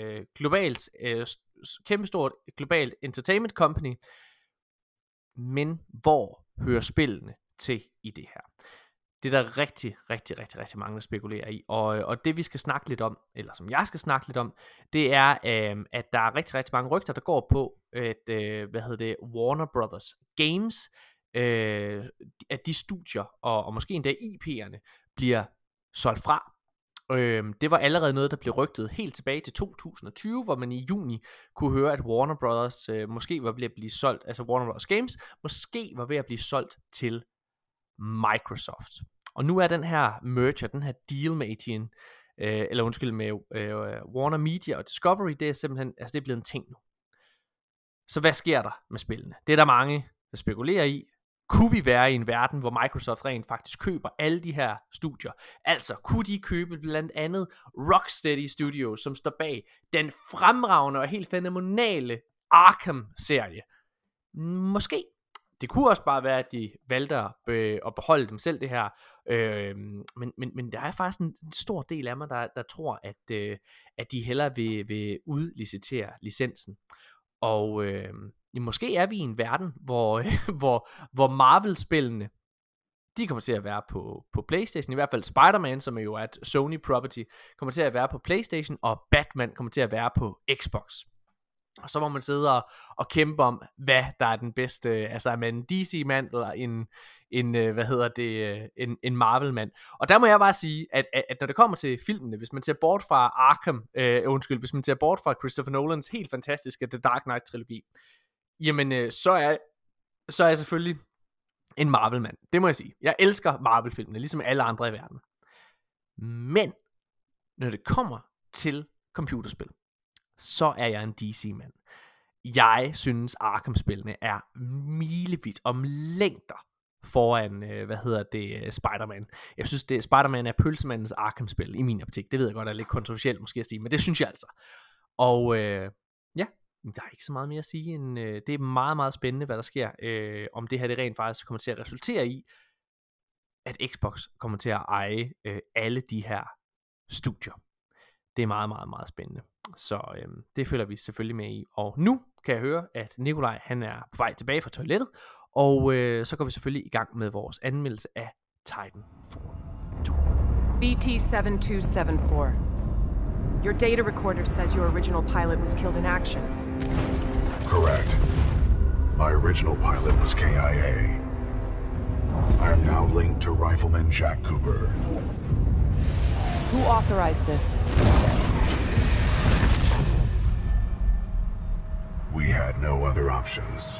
kæmpestort globalt entertainment company. Men hvor hører spillene til i det her? Det er der rigtig, rigtig, rigtig, rigtig mange, der spekulerer i. Og det vi skal snakke lidt om, eller som jeg skal snakke lidt om, det er, at der er rigtig, rigtig mange rygter, der går på, at Warner Brothers Games, at de studier, og måske endda IP'erne, bliver solgt fra. Det var allerede noget, der blev rygtet helt tilbage til 2020, hvor man i juni kunne høre, at Warner Brothers måske var ved at blive solgt, altså Warner Bros. Games, måske var ved at blive solgt til Microsoft. Og nu er den her merger, den her deal med med Warner Media og Discovery, det er simpelthen, altså det er blevet en ting nu. Så hvad sker der med spillene? Det er der mange, der spekulerer i. Kunne vi være i en verden, hvor Microsoft rent faktisk køber alle de her studier? Altså, kunne de købe blandt andet Rocksteady Studios, som står bag den fremragende og helt fænomenale Arkham-serie? Måske. Det kunne også bare være, at de valgte at beholde dem selv, det her. Men der er faktisk en stor del af mig, der tror, at de hellere vil udlicitere licensen. Og måske er vi i en verden, hvor Marvel-spillene, de kommer til at være på PlayStation. I hvert fald Spider-Man, som er jo et Sony property, kommer til at være på PlayStation, og Batman kommer til at være på Xbox. Og så må man sidde og kæmpe om, hvad der er den bedste, altså er man en DC-mand, eller en Marvel-mand. Og der må jeg bare sige, at når det kommer til filmene, hvis man ser bort fra hvis man ser bort fra Christopher Nolans helt fantastiske The Dark Knight-trilogi, jamen så er jeg selvfølgelig en Marvel-mand. Det må jeg sige. Jeg elsker Marvel-filmene, ligesom alle andre i verden. Men når det kommer til computerspil, så er jeg en DC-mand. Jeg synes Arkham-spillene er milevidt om længder foran, Spider-Man. Jeg synes, Spider-Man er pølsemandens Arkham-spil i min optik. Det ved jeg godt, er lidt kontroversielt måske at sige, men det synes jeg altså. Og der er ikke så meget mere at sige, end det er meget, meget spændende, hvad der sker, om det her det rent faktisk kommer til at resultere i, at Xbox kommer til at eje alle de her studier. Det er meget, meget, meget spændende. Så det følger vi selvfølgelig med i. Og nu kan jeg høre, at Nikolaj han er på vej tilbage fra toilettet. Og så går vi selvfølgelig i gang med vores anmeldelse af Titanfall 2. BT-7274. Your data recorder says your original pilot was killed in action. Correct. My original pilot was KIA. I am now linked to Rifleman Jack Cooper. Who authorized this? We had no other options.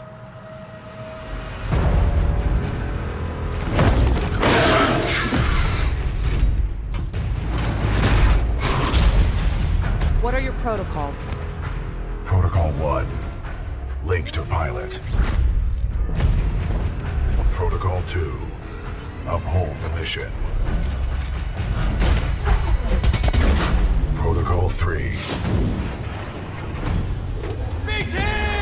What are your protocols? Protocol 1. Link to pilot. Protocol 2. Uphold the mission. Protocol 3. BT!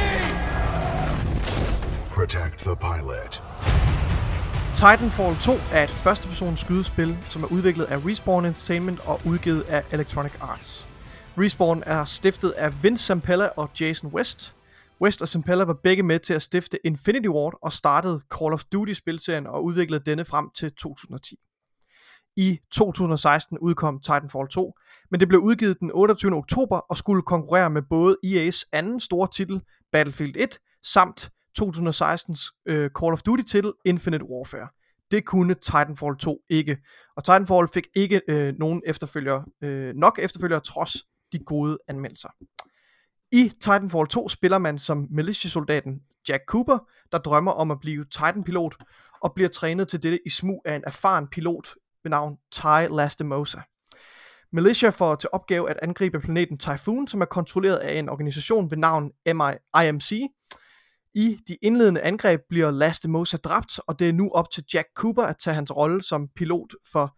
Protect the pilot. Titanfall 2 er et førstepersons skydespil, som er udviklet af Respawn Entertainment og udgivet af Electronic Arts. Respawn er stiftet af Vince Zampella og Jason West. West og Zampella var begge med til at stifte Infinity Ward og startede Call of Duty-spilserien og udviklede denne frem til 2010. I 2016 udkom Titanfall 2, men det blev udgivet den 28. oktober og skulle konkurrere med både EA's anden store titel, Battlefield 1, samt 2016's Call of Duty-titel, Infinite Warfare. Det kunne Titanfall 2 ikke, og Titanfall fik ikke nogen efterfølgere trods de gode anmeldelser. I Titanfall 2 spiller man som militia-soldaten Jack Cooper, der drømmer om at blive Titan-pilot, og bliver trænet til dette i smug af en erfaren pilot ved navn Ty Lastimosa. Militia får til opgave at angribe planeten Typhoon, som er kontrolleret af en organisation ved navn IMC. I de indledende angreb bliver Lastimosa dræbt, og det er nu op til Jack Cooper at tage hans rolle som pilot for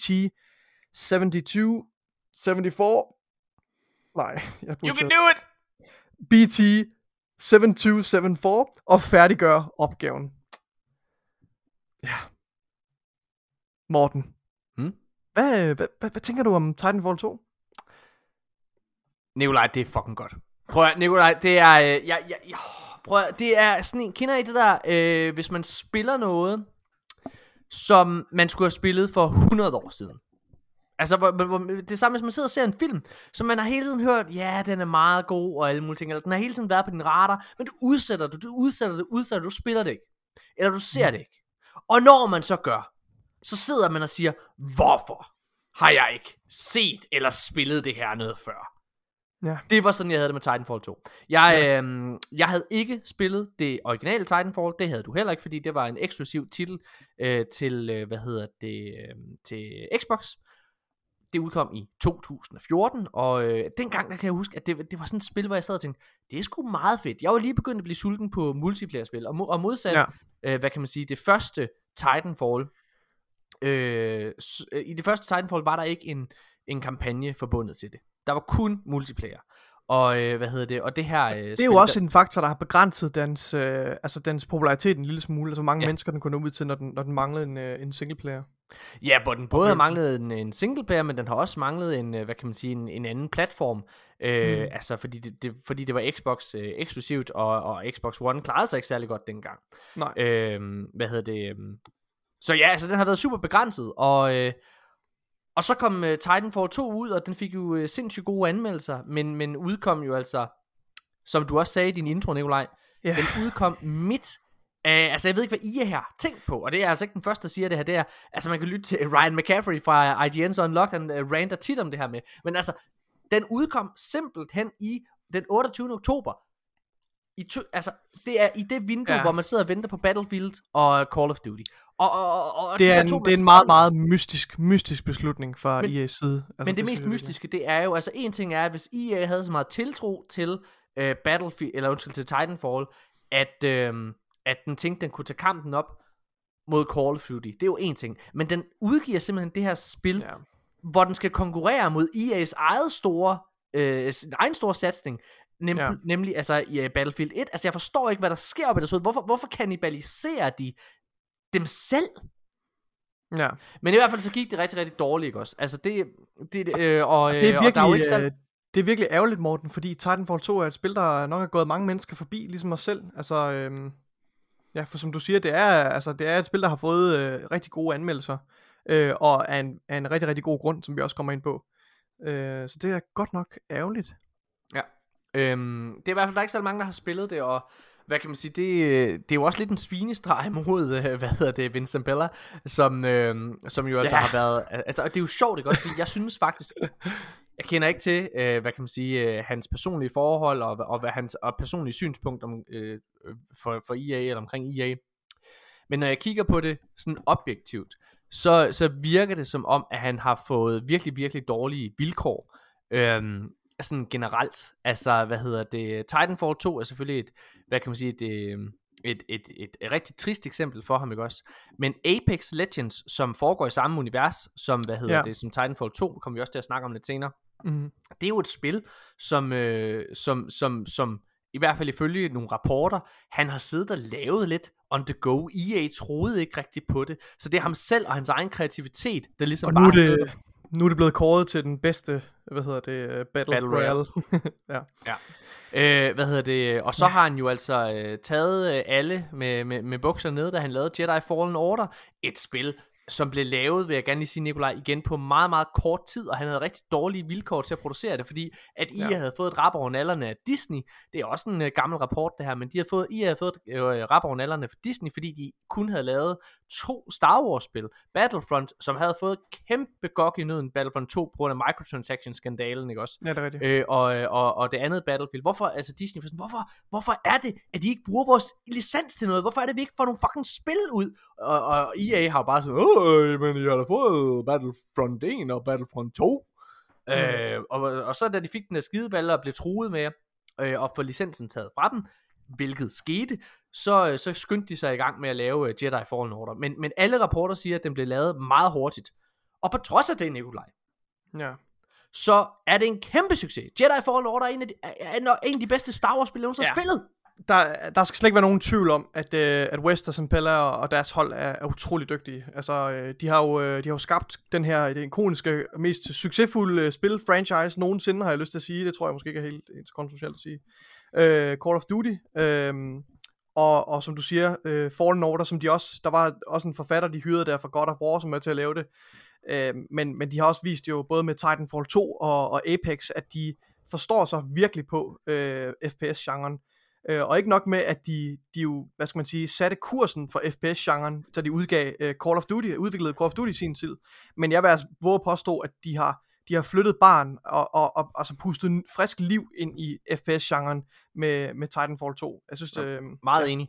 BT-7274. Nej, jeg You can do it! BT-7274 og færdiggøre opgaven. Ja. Morten. Hvad tænker du om Titanfall 2? Nikolaj, det er fucking godt. Prøv at, Nikolaj, det er... det er sådan en... Kender I det der, hvis man spiller noget, som man skulle have spillet for 100 år siden? Altså, det samme, hvis man sidder og ser en film, som man har hele tiden hørt, ja, den er meget god og alle mulige ting, eller den har hele tiden været på din radar, men du udsætter, du spiller det ikke. Eller du ser det ikke. Og når man så gør, så sidder man og siger, hvorfor? har jeg ikke set eller spillet det her noget før. Ja. Det var sådan, jeg havde det med Titanfall 2. Jeg havde ikke spillet det originale Titanfall, det havde du heller ikke, fordi det var en eksklusiv titel til, til Xbox. Det udkom i 2014, og dengang der kan jeg huske, at det var sådan et spil, hvor jeg sad og tænkte, det er sgu meget fedt. Jeg var lige begyndt at blive sulten på multiplayer-spil, og modsat, hvad kan man sige, det første Titanfall, i det første Titanfall var der ikke en kampagne forbundet til det. Der var kun multiplayer. Og og det her det er jo også en faktor, der har begrænset dens popularitet en lille smule. Altså mange mennesker den kunne nå ud til, når den manglede en singleplayer. Ja, hvor den både har manglet en singleplayer, men den har også manglet en anden platform. Altså fordi det var Xbox eksklusivt, og Xbox One klarede sig ikke særlig godt dengang. Nej. Så ja, altså den har været super begrænset, og så kom Titanfall 2 ud, og den fik jo sindssygt gode anmeldelser, men udkom jo altså, som du også sagde i din intro, Nikolaj, den udkom midt. Altså jeg ved ikke, hvad I har tænkt på, og det er altså ikke den første, der siger det her. Det er, altså man kan lytte til Ryan McCaffrey fra IGN's Unlocked, han ranter tit om det her med. Men altså, den udkom simpelthen i den 28. oktober. Det er i det vindue, hvor man sidder og venter på Battlefield og Call of Duty. Og det er en meget, meget mystisk beslutning fra EA's side. Altså, men det mest mystiske, det er jo, altså en ting er, at hvis EA havde så meget tiltro til til Titanfall, at den tænkte, den kunne tage kampen op mod Call of Duty. Det er jo en ting. Men den udgiver simpelthen det her spil, hvor den skal konkurrere mod EA's egen store satsning, nemlig altså i Battlefield 1. Altså jeg forstår ikke, hvad der sker op i det. Hvorfor kannibaliserer de dem selv? Ja. Men i hvert fald så gik det rigtig, rigtig dårligt, ikke også? Altså det er virkelig, det er virkelig ærgerligt, Morten, fordi Titanfall 2 er et spil, der nok har gået mange mennesker forbi, ligesom mig selv. Altså, for som du siger, det er et spil, der har fået rigtig gode anmeldelser, og af en rigtig, rigtig god grund, som vi også kommer ind på. Så det er godt nok ærgerligt. Ja. Det er i hvert fald, der er ikke så mange, der har spillet det, og hvad kan man sige, det er jo også lidt en svinestreg mod, Vincent Bella, som jo altså har været, altså, og det er jo sjovt, ikke også, fordi jeg synes faktisk, jeg kender ikke til, hvad kan man sige, hans personlige forhold, og hvad hans personlige synspunkt om, for EA, eller omkring EA, men når jeg kigger på det sådan objektivt, så virker det som om, at han har fået virkelig, virkelig dårlige vilkår, sådan generelt. Altså, Titanfall 2 er selvfølgelig et rigtig trist eksempel for ham, ikke også? Men Apex Legends, som foregår i samme univers som, som Titanfall 2, kommer vi også til at snakke om lidt senere. Mm. Det er jo et spil, som i hvert fald ifølge nogle rapporter, han har siddet og lavet lidt on the go. EA troede ikke rigtigt på det. Så det er ham selv og hans egen kreativitet, der ligesom og bare sidder. Nu er det blevet kåret til den bedste, Battle Royale. Og så har han jo altså taget alle med bukser ned, da han lavede Jedi Fallen Order. Et spil, som blev lavet, vil jeg gerne lige sige, Nikolaj, igen på meget, meget kort tid, og han havde rigtig dårlige vilkår til at producere det, fordi at EA havde fået et rap over nallerne af Disney. Det er også en gammel rapport det her, men EA havde fået et rap over nallerne for Disney, fordi de kun havde lavet 2 Star Wars spil. Battlefront, som havde fået kæmpe gok i nøden, Battlefront 2, på grund af microtransaction-skandalen, ikke også? Ja, det er rigtigt. Og det andet Battlefield. Hvorfor, altså Disney, hvorfor er det, at de ikke bruger vores licens til noget? Hvorfor er det, at vi ikke får nogle fucking spil ud? Og EA har bare sådan, men jeg har da fået Battlefront 1 og Battlefront 2. Og så da de fik den her skideballe og blev truet med at få licensen taget fra dem, hvilket skete, så skyndte de sig i gang med at lave Jedi Fallen Order. Men alle rapporter siger, at den blev lavet meget hurtigt. Og på trods af det, Nikolaj, så er det en kæmpe succes. Jedi Fallen Order er en af de bedste Star Wars spil, der nogensinde har spillet. Der skal slet ikke være nogen tvivl om, at West og Zampella og deres hold er utrolig dygtige. Altså, de har jo skabt det ikoniske, mest succesfulde spil-franchise nogensinde, har jeg lyst til at sige. Det tror jeg måske ikke er helt kontroversielt at sige. Call of Duty. Og som du siger, Fallen Order, som der var også en forfatter, de hyrede der fra God of War, som er til at lave det. Men de har også vist jo, både med Titanfall 2 og Apex, at de forstår sig virkelig på FPS-genren. Og ikke nok med, at de jo, hvad skal man sige, satte kursen for FPS-genren, så de udgav udviklede Call of Duty i sin tid. Men jeg vil altså våge påstå, at de har flyttet barn og altså pustet frisk liv ind i FPS-genren med Titanfall 2. Jeg synes, meget enig.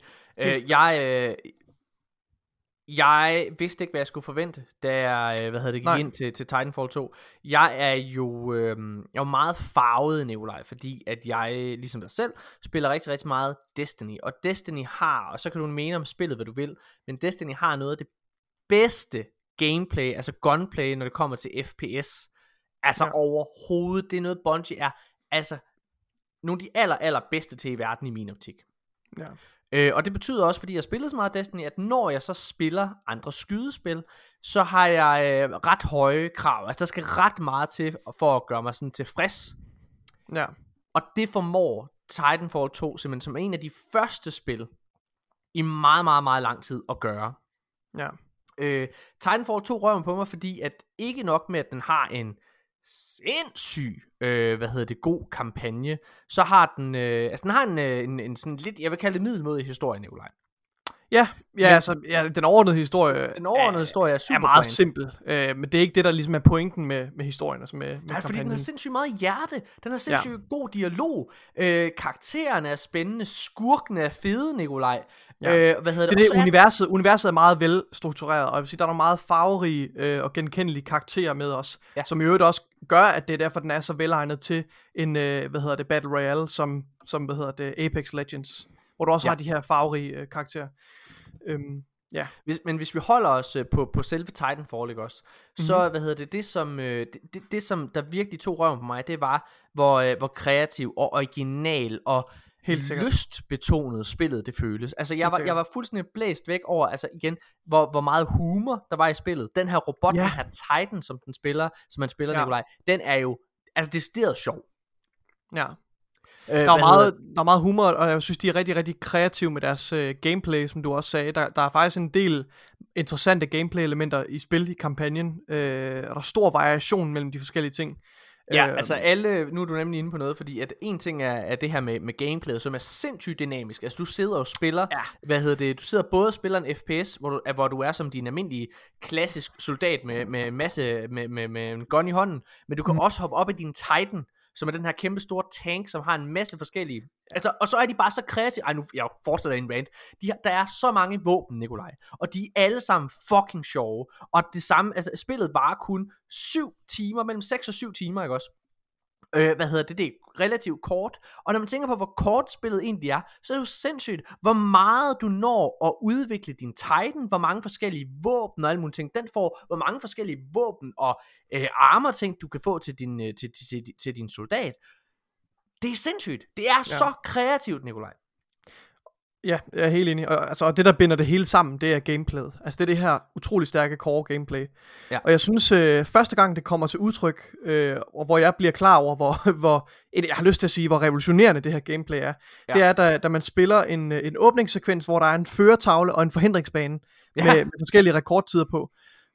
Jeg vidste ikke, hvad jeg skulle forvente, da jeg gik ind til Titanfall 2. Jeg er jo meget farvet, Nikolaj, fordi at jeg, ligesom dig selv, spiller rigtig, rigtig meget Destiny. Og Destiny har, og så kan du mene om spillet, hvad du vil, men Destiny har noget af det bedste gameplay, altså gunplay, når det kommer til FPS. Altså overhovedet, det er noget Bungie er, altså nogle af de aller bedste til i verden i min optik. Ja. Og det betyder også, fordi jeg spiller så meget Destiny, at når jeg så spiller andre skydespil, så har jeg ret høje krav. Altså der skal ret meget til for at gøre mig sådan tilfreds. Ja. Og det formår Titanfall 2 simpelthen som en af de første spil i meget, meget, meget lang tid at gøre. Ja. Titanfall 2 rører på mig, fordi at ikke nok med, at den har en sindssyg, god kampagne, så har den, den har en sådan lidt, jeg vil kalde det middelmådig historie, Nikolaj. Den overordnede historie. Den overordnede historie er super meget simpel, men det er ikke det, der ligesom er pointen med historien, altså med kampagnen. Fordi den har sindssygt meget hjerte, den har sindssygt god dialog, karaktererne er spændende, skurkene er fede, Nikolaj. Universet er meget velstruktureret, og jeg vil sige, der er nogle meget farverige og genkendelige karakterer med os, som i øvrigt også gør, at det er derfor, den er så velegnet til en, Battle Royale, som Apex Legends, hvor du også har de her farverige karakterer. Hvis vi holder os på selve Titanfall, ikke også, så det som der virkelig tog røven på mig, det var hvor kreativ og original og lystbetonet spillet det føles. Altså jeg var fuldstændig blæst væk over, altså igen, hvor meget humor der var i spillet. Den her robot, den her Titan, som man spiller, Nikolaj, den er jo altså decideret sjov. Ja. Der er meget humor, og jeg synes, de er rigtig, rigtig kreative med deres gameplay, som du også sagde. Der er faktisk en del interessante gameplay-elementer i spil i kampagnen, og der er stor variation mellem de forskellige ting. Altså nu er du nemlig inde på noget, fordi at en ting er det her med gameplayet, som er sindssygt dynamisk. Altså du sidder og spiller, du sidder både og spiller en FPS, hvor du er som din almindelige klassisk soldat med en masse med en gun i hånden, men du kan også hoppe op i din Titan, som er den her kæmpe store tank, som har en masse forskellige, altså, og så er de bare så kreative. Nu jeg fortsætter en rant. Der er så mange våben, Nikolaj, og de er alle sammen fucking sjove. Og det samme, altså spillet varer kun 7 timer, mellem 6 og 7 timer, ikke også? Det er relativt kort. Og når man tænker på, hvor kort spillet egentlig er, så er det jo sindssygt, hvor meget du når at udvikle din Titan, hvor mange forskellige våben og alle mulige ting den får, hvor mange forskellige våben og armor ting du kan få til din soldat. Det er sindssygt. Det er så kreativt, Nikolaj. Ja, jeg er helt enig. Og det, der binder det hele sammen, det er gameplayet. Altså det er det her utrolig stærke core gameplay. Ja. Og jeg synes, første gang det kommer til udtryk, og hvor jeg bliver klar over, jeg har lyst til at sige, hvor revolutionerende det her gameplay er, det er, da man spiller en åbningssekvens, hvor der er en førertavle og en forhindringsbane med forskellige rekordtider på.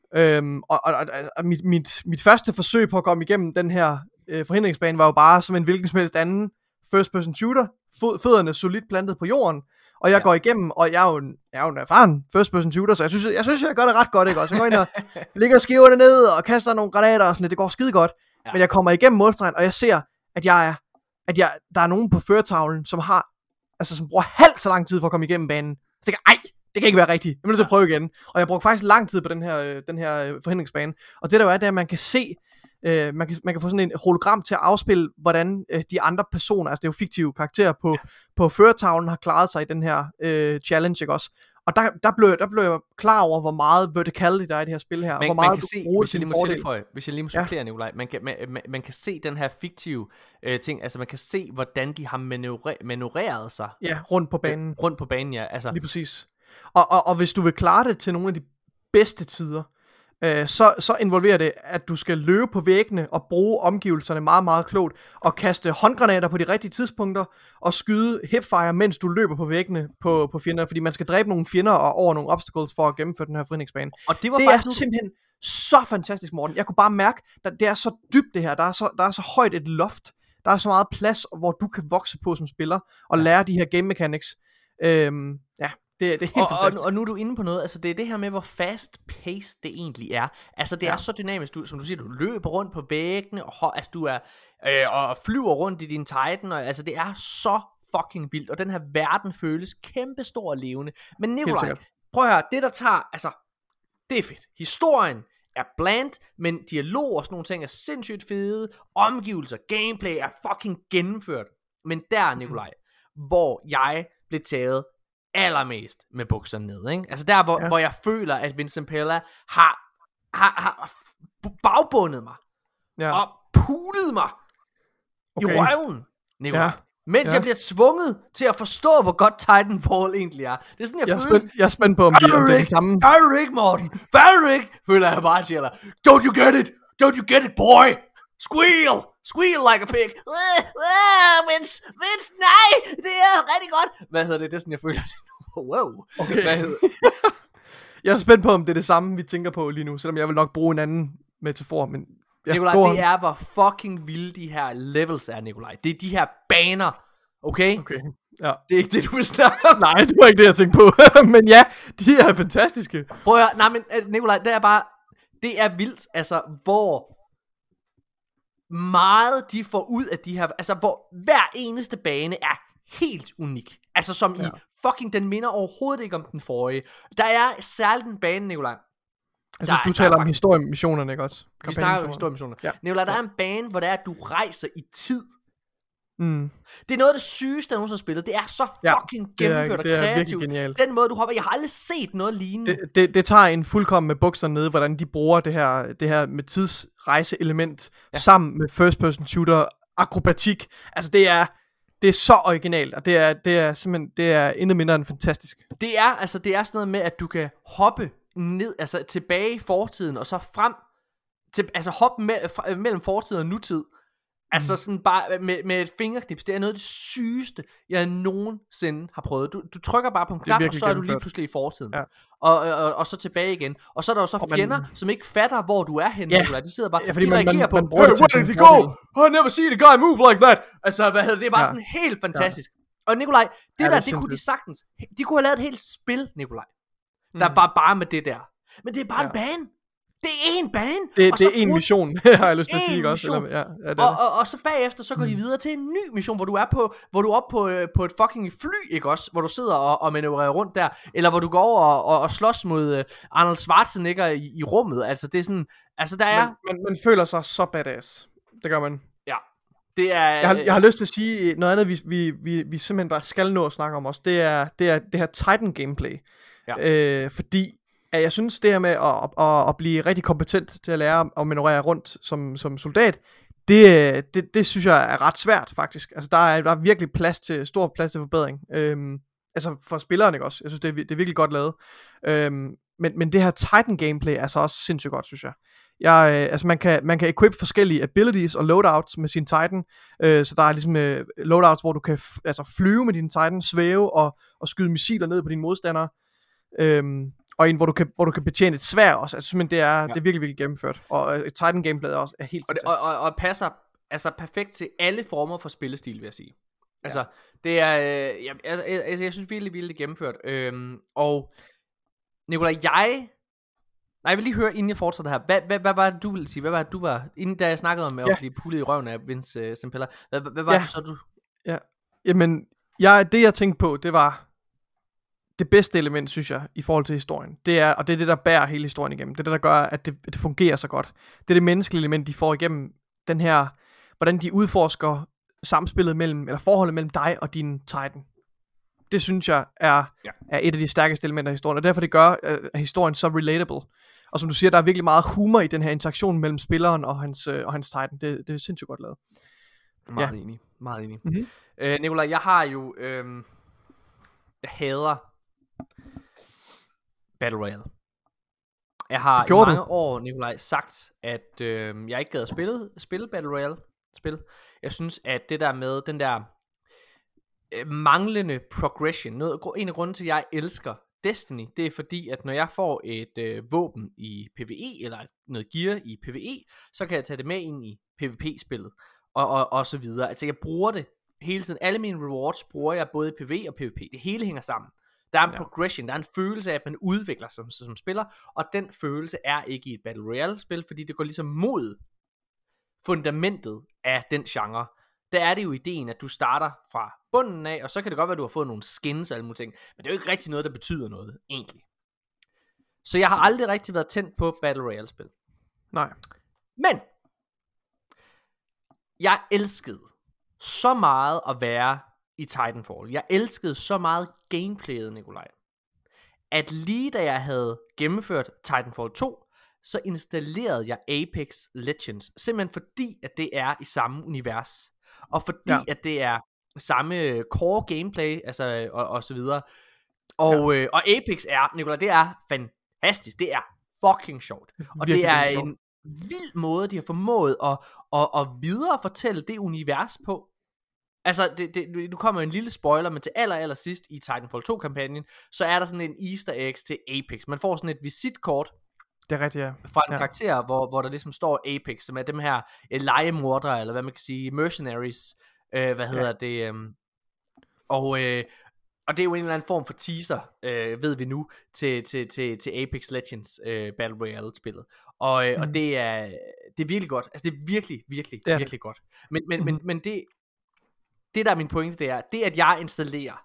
Og mit første forsøg på at komme igennem den her forhindringsbane var jo bare som en hvilken som helst anden first person shooter, fødderne solidt plantet på jorden, og jeg går igennem, og jeg er jo en erfaren first person shooter, så jeg synes jeg gør det ret godt, ikke også? Jeg går ind og ligger skiverne ned og kaster nogle granater og sådan lidt, det går skide godt, men jeg kommer igennem målstregen, og jeg ser, at der er nogen på førertavlen, som bruger halvt så lang tid for at komme igennem banen. Så jeg tænker, det kan ikke være rigtigt. Jeg bliver nødt til at prøve igen. Og jeg brugte faktisk lang tid på den her forhindringsbane. Og det der jo er, det er, at man kan se, man kan få sådan en hologram til at afspille, hvordan de andre personer, altså det er jo fiktive karakterer på førertavlen, har klaret sig i den her challenge, ikke også? Og der blev jeg klar over, hvor meget verticality der er i det her spil her. Hvor meget hvis jeg lige må supplere, Nikolaj, man kan se den her fiktive ting, altså man kan se, hvordan de har manøvreret sig. Ja, rundt på banen. Ja. Altså. Lige præcis. Og hvis du vil klare det til nogle af de bedste tider, så involverer det, at du skal løbe på væggene og bruge omgivelserne meget, meget klogt, og kaste håndgranater på de rigtige tidspunkter, og skyde hipfire, mens du løber på væggene på fjender, fordi man skal dræbe nogle fjender og over nogle obstacles for at gennemføre den her forhindringsbane. Og det er simpelthen så fantastisk, Morten. Jeg kunne bare mærke, at det er så dybt det her, der er så højt et loft, der er så meget plads, hvor du kan vokse på som spiller, og lære de her game mechanics. Det er helt fantastisk. Og nu er du inde på noget, altså det er det her med, hvor fast paced det egentlig er. Altså det er så dynamisk, som du siger, du løber rundt på væggene, og altså du er, og flyver rundt i din Titan, og altså det er så fucking vildt, og den her verden føles kæmpestor og levende. Men Nikolaj, prøv at høre, det der tager, altså, det er fedt. Historien er bland, men dialog og sådan nogle ting er sindssygt fede, omgivelser, gameplay er fucking gennemført. Men der, Nikolaj, hvor jeg blev taget allermest med bukserne ned, ikke? Altså der, hvor jeg føler, at Vincent Pella har bagbundet mig, og pulet mig i røven, Nikolaj. Mens jeg bliver tvunget til at forstå, hvor godt Titanfall egentlig er. Det er sådan, jeg er spændt på, om det er den samme. Farik, Morten! Farik! Føler jeg bare til, eller don't you get it? Don't you get it, boy? Squeal! Squeal like a pig! Vince, nej! Det er rigtig godt! Hvad hedder det? Det er sådan, jeg føler det. Wow. Okay. Hvad hedder? Jeg er spændt på, om det er det samme, vi tænker på lige nu, selvom jeg vil nok bruge en anden metafor, men... Nikolaj, det er, hvor fucking vilde de her levels er, Nikolaj. Det er de her baner, okay? Ja. Det er ikke det, du vil snakke om. Nej, det var ikke det, jeg tænkte på. Men ja, de er fantastiske. Prøv at høre, nej, men Nikolaj, det er bare... Det er vildt, altså, hvor meget de får ud af de her... Altså, hvor hver eneste bane er helt unik. Altså, som i fucking... Den minder overhovedet ikke om den forrige. Der er særligt en bane, Nikolaj. Altså, du taler om historiemissionerne, ikke også? Vi snakker om historiemissioner. Ja. Nikolaj, der er en bane, hvor det er, at du rejser i tid. Det er noget af det sygeste, jeg nogensinde har spillet. Det er så fucking gennemført og kreativt. Den måde, du hopper, jeg har aldrig set noget lignende. Det tager en fuldkommen med bukserne nede, hvordan de bruger det her med tidsrejse-element sammen med first-person shooter, akrobatik. Altså, det er så originalt, og det er simpelthen, det er intet mindre end fantastisk. Det er sådan noget med, at du kan hoppe ned, altså tilbage i fortiden, og så frem til, altså hoppe mellem fortid og nutid. Altså sådan bare med et fingerknips. Det er noget af det sygeste, jeg nogensinde har prøvet. Du trykker bare på en knap, og så er du lige pludselig i fortiden. Ja. Og så tilbage igen. Og så er der jo så fjender, som ikke fatter, hvor du er henne. Ja. De sidder bare, de reagerer på, hey, where did he go? I never seen a guy move like that. Altså, hvad hedder det? Det er bare sådan helt fantastisk. Og Nikolaj, det kunne de sagtens. De kunne have lavet et helt spil, Nikolaj. Der var bare med det der. Men det er bare en bane. Det er en bane. Det er en mission, har jeg lyst til at sige, ikke også? Og så bagefter, så går de videre til en ny mission, hvor du er oppe på et fucking fly, ikke også? Hvor du sidder og manøvrerer rundt der. Eller hvor du går over og slås mod Arnold Schwarzenegger i rummet. Altså, det er sådan... Altså, der er... Man føler sig så badass. Det gør man. Ja. Det er... Jeg har lyst til at sige noget andet, vi simpelthen bare skal nå at snakke om også. Det er det her Titan gameplay. Ja. Fordi... Jeg synes det her med at blive rigtig kompetent til at lære at manøvrere rundt som soldat, det synes jeg er ret svært faktisk. Altså der er virkelig stor plads til forbedring. Altså for spilleren, ikke også? Jeg synes det er virkelig godt lavet. Men det her Titan gameplay er så også sindssygt godt, synes jeg. Altså man kan equip forskellige abilities og loadouts med sin Titan. Så der er ligesom loadouts, hvor du kan flyve med din Titan, svæve og skyde missiler ned på dine modstandere. Og en, hvor du kan betjene et sværd også. Altså simpelthen, det er virkelig, virkelig gennemført. Og Titan gameplay også er helt fantastisk. Og passer altså perfekt til alle former for spillestil, vil jeg sige. Altså, det er... jeg synes virkelig, virkelig gennemført. Og Nikolaj, jeg vil lige høre, inden jeg fortsætter her. Hvad var det, du ville sige? Hvad var det, du var... Inden da jeg snakkede om at blive pullet i røven af Vince Zampella. Hvad var det så, du... Ja, jamen... Det jeg tænkte på, det var... Det bedste element, synes jeg, i forhold til historien, det er det, der bærer hele historien igennem. Det er det, der gør, at det fungerer så godt. Det er det menneskelige element, de får igennem den her, hvordan de udforsker samspillet eller forholdet mellem dig og din Titan. Det synes jeg er et af de stærkeste elementer i historien, og derfor det gør at historien så relatable. Og som du siger, der er virkelig meget humor i den her interaktion mellem spilleren og hans Titan. Det er sindssygt godt lavet. Meget enig. Mm-hmm. Nikolaj, jeg har jo... jeg hader Battle Royale. Jeg har i mange år, Nikolaj, sagt, at jeg ikke gad at spille Battle Royale spil. Jeg synes, at det der med den der manglende progression, en af grunden til, at jeg elsker Destiny, det er fordi, at når jeg får et våben i PvE, eller noget gear i PvE, så kan jeg tage det med ind i PvP-spillet. og så videre. Altså jeg bruger det hele tiden. Alle mine rewards bruger jeg både i PvE og PvP. Det hele hænger sammen. Der er en progression, der er en følelse af, at man udvikler som spiller, og den følelse er ikke i et Battle Royale-spil, fordi det går ligesom mod fundamentet af den genre. Der er det jo ideen, at du starter fra bunden af, og så kan det godt være, at du har fået nogle skins og alle mulige ting, men det er jo ikke rigtig noget, der betyder noget, egentlig. Så jeg har aldrig rigtig været tændt på Battle Royale-spil. Nej. Men jeg elskede så meget at være i Titanfall. Jeg elskede så meget gameplayet, Nikolaj, at lige da jeg havde gennemført Titanfall 2, så installerede jeg Apex Legends, simpelthen fordi, at det er i samme univers, og fordi, at det er samme core gameplay, altså, og så videre. Og Apex er, Nikolaj, det er fantastisk, det er fucking sjovt, og det er en vild måde, de har formået at viderefortælle det univers på. Altså, nu kommer en lille spoiler, men til aller sidst i Titanfall 2-kampagnen, så er der sådan en easter eggs til Apex. Man får sådan et visitkort, det er rigtigt, ja, fra en karakter, hvor der ligesom står Apex, som er dem her legemordere, eller hvad man kan sige, mercenaries, og det er jo en eller anden form for teaser, ved vi nu, til Apex Legends Battle Royale-spillet. Og det er virkelig godt. Altså det er virkelig godt. Men det der er min pointe, det er, at jeg installerer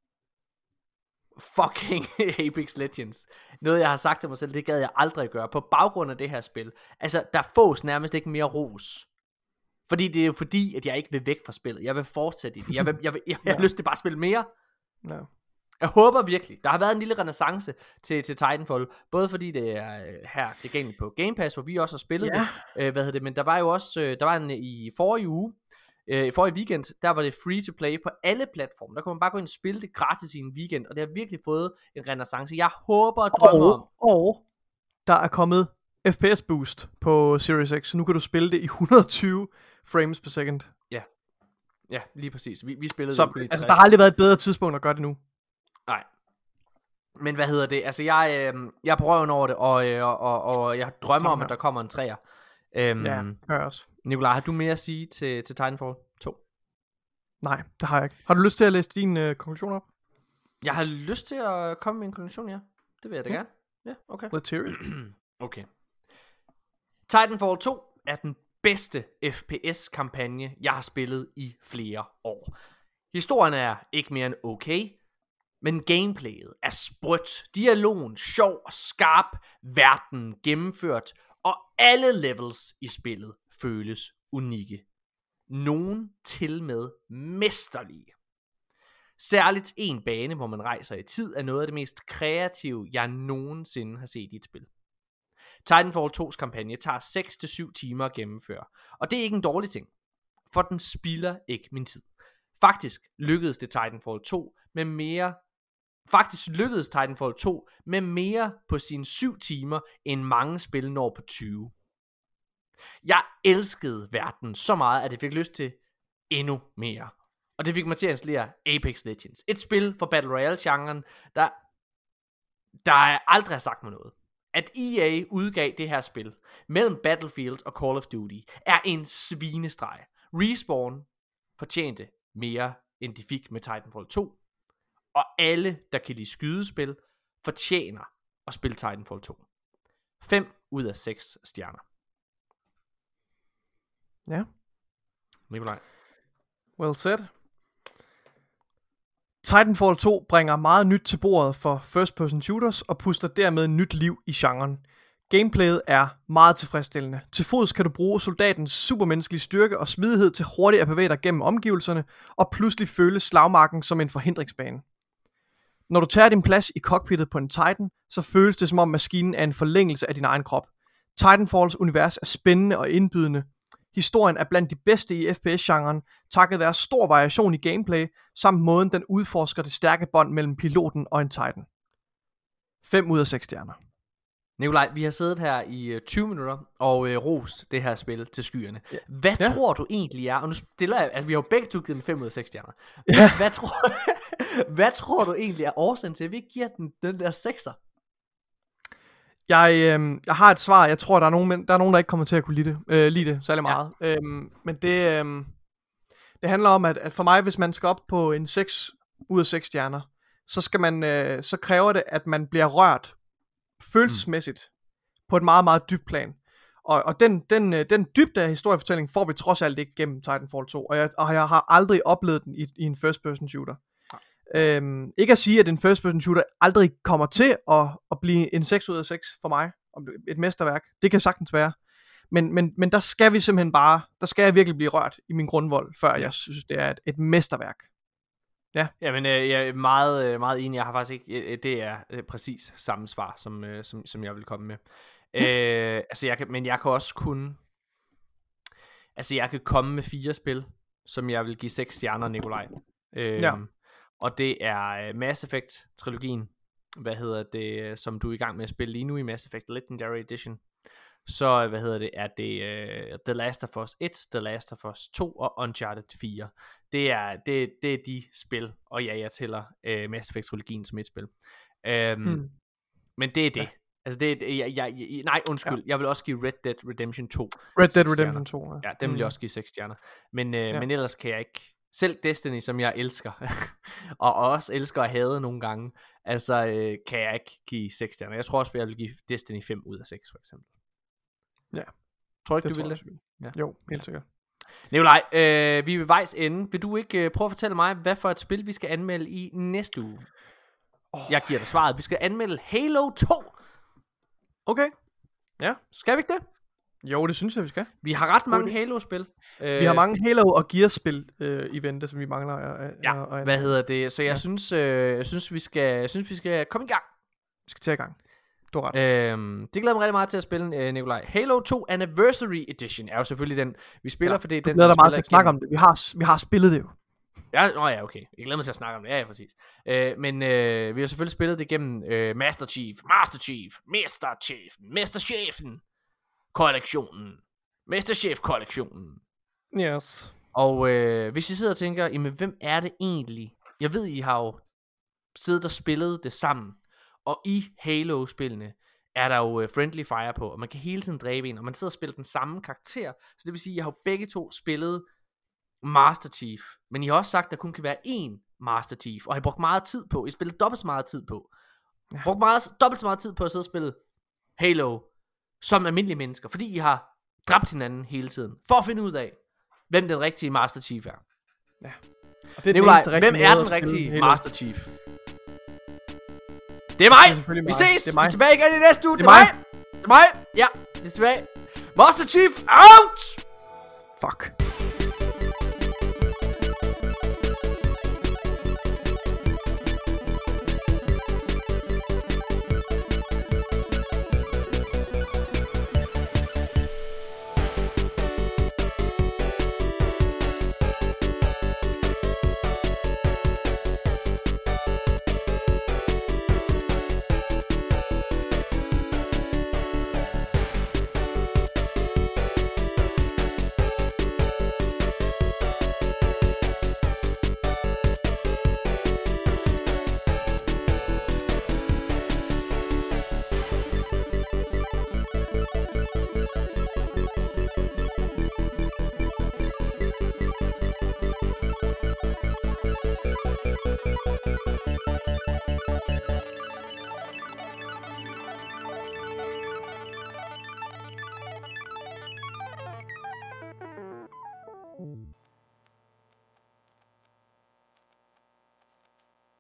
fucking Apex Legends. Noget jeg har sagt til mig selv, det gad jeg aldrig gøre, på baggrund af det her spil. Altså der fås nærmest ikke mere ros. Fordi det er jo fordi, at jeg ikke vil væk fra spillet. Jeg vil fortsætte i det. Jeg har lyst til bare at spille mere. Ja. Jeg håber virkelig. Der har været en lille renaissance til Titanfall, både fordi det er her tilgængeligt på Game Pass, hvor vi også har spillet det. Men der var jo også i forrige uge, forrige weekend, der var det free to play på alle platforme. Der kunne man bare gå ind og spille det gratis i en weekend, og det har virkelig fået en renaissance. Jeg håber og drømmer om. Og der er kommet FPS boost på Series X, så nu kan du spille det i 120 frames per second. Ja, lige præcis. Vi spillede så, det i 60. Der har aldrig været et bedre tidspunkt at gøre det nu. Nej. Men hvad hedder det? Altså jeg er på røven over det, og jeg drømmer om, at der kommer en 3'er. Ja, gør jeg også. Nikolaj, har du mere at sige til Titanfall 2? Nej, det har jeg ikke. Har du lyst til at læse din konklusion op? Jeg har lyst til at komme med en konklusion, ja. Det vil jeg da gerne. Ja, okay. Let's hear it. Okay. Titanfall 2 er den bedste FPS-kampagne, jeg har spillet i flere år. Historien er ikke mere end okay, men gameplayet er sprødt, dialogen sjov og skarp, verden gennemført, og alle levels i spillet føles unikke. Nogen til med mesterlige. Særligt en bane, hvor man rejser i tid, er noget af det mest kreative, jeg nogensinde har set i et spil. Titanfall 2's kampagne tager 6-7 timer at gennemføre, og det er ikke en dårlig ting, for den spilder ikke min tid. Faktisk lykkedes Titanfall 2 med mere på sine 7 timer, end mange spil når på 20. Jeg elskede verden så meget, at jeg fik lyst til endnu mere. Og det fik mig til at installere Apex Legends. Et spil for Battle Royale-genren, der aldrig har sagt mig noget. At EA udgav det her spil mellem Battlefield og Call of Duty er en svinestreg. Respawn fortjente mere, end de fik med Titanfall 2. Og alle, der kan lide skydespil, fortjener at spille Titanfall 2. 5 ud af 6 stjerner. Ja. Nikolaj. Well said. Titanfall 2 bringer meget nyt til bordet for first-person shooters og puster dermed nyt liv i genren. Gameplayet er meget tilfredsstillende. Til fods kan du bruge soldatens supermenneskelige styrke og smidighed til hurtigt at bevæge dig gennem omgivelserne, og pludselig føles slagmarken som en forhindringsbane. Når du tager din plads i cockpittet på en Titan, så føles det som om maskinen er en forlængelse af din egen krop. Titanfalls univers er spændende og indbydende. Historien er blandt de bedste i FPS-genren, takket være stor variation i gameplay, samt måden den udforsker det stærke bånd mellem piloten og en Titan. 5 ud af 6 stjerner. Nikolaj, vi har siddet her i 20 minutter og rost det her spil til skyerne. Hvad tror du egentlig er, og nu stiller jeg, at vi har jo begge to givet den 5 ud af 6 stjerner. Hvad tror du egentlig er årsagen til, at vi ikke giver den der 6'er? Jeg har et svar. Jeg tror, der er nogen, der ikke kommer til at kunne lide det særlig meget. Men det handler om, at for mig, hvis man skal op på en 6 ud af 6 stjerner, så kræver det, at man bliver rørt følelsesmæssigt på et meget, meget dybt plan. Og den dybde af historiefortælling får vi trods alt ikke gennem Titanfall 2, og jeg har aldrig oplevet den i en first person shooter. Ikke at sige, at en first person shooter aldrig kommer til at blive en 6 ud af 6 for mig, et mesterværk. Det kan sagtens være. Men der skal vi simpelthen der skal jeg virkelig blive rørt i min grundvold, før jeg synes, det er et mesterværk. Ja. Jamen, jeg er meget, meget enig. Jeg har faktisk ikke, det er præcis samme svar, som jeg vil komme med. Jeg kan også kun, jeg kan komme med 4 spil, som jeg vil give 6 stjerner, Nikolaj. Og det er Mass Effect-trilogien, som du er i gang med at spille lige nu i Mass Effect Legendary Edition. Så, er det The Last of Us 1, The Last of Us 2 og Uncharted 4. Det er de spil, og ja, jeg tæller Mass Effect-trilogien som et spil. Men det er det. Altså jeg vil også give Red Dead Redemption 2. Red Dead Redemption 2, ja. Ja, den vil jeg også give 6 stjerner. Men ellers kan jeg ikke, selv Destiny, som jeg elsker, og også elsker at hade nogle gange, kan jeg ikke give 6 stjerner. Jeg tror også, at jeg vil give Destiny 5 ud af 6, for eksempel. Ja. Tror du ikke, du vil det? Ja. Jo, helt sikkert. Nikolaj, vi er ved vejs ende. Vil du ikke prøve at fortælle mig, hvad for et spil vi skal anmelde i næste uge? Jeg giver dig svaret. Vi skal anmelde Halo 2. Okay. Ja. Skal vi ikke det? Jo, det synes jeg, vi skal. Vi har ret mange Halo-spil. Vi har mange Halo- og Gears-spil i vente, som vi mangler. Så jeg synes, vi skal komme i gang. Vi skal til i gang. Du har ret. Det glæder mig rigtig meget til at spille, Nikolaj. Halo 2 Anniversary Edition er jo selvfølgelig den, vi spiller, for det er den, du glæder dig meget til at snakke om det. Vi har spillet det jo. Ja, okay. Jeg glæder mig til at snakke om det. Ja, præcis. Men vi har selvfølgelig spillet det gennem Master Chief kollektionen. Mesterchef-kollektionen. Yes. Og hvis I sidder og tænker, jamen hvem er det egentlig? Jeg ved, I har jo siddet og spillet det sammen. Og i Halo-spillene er der jo friendly fire på, og man kan hele tiden dræbe en, og man sidder og spiller den samme karakter. Så det vil sige, at jeg har jo begge to spillet Master Chief, men I har også sagt, at der kun kan være én Master Chief, og I har brugt meget tid på, I spillet dobbelt så meget tid på. Brugt dobbelt så meget tid på at sidde og spille Halo som almindelige mennesker, fordi I har dræbt hinanden hele tiden, for at finde ud af, hvem den rigtige Master Chief er. Ja. Og det er Nikolaj, hvem er den rigtige Master Chief? Det er mig! Vi ses! Vi er tilbage igen i næste uge! Det er mig! Ja, det er tilbage. Master Chief out! Fuck.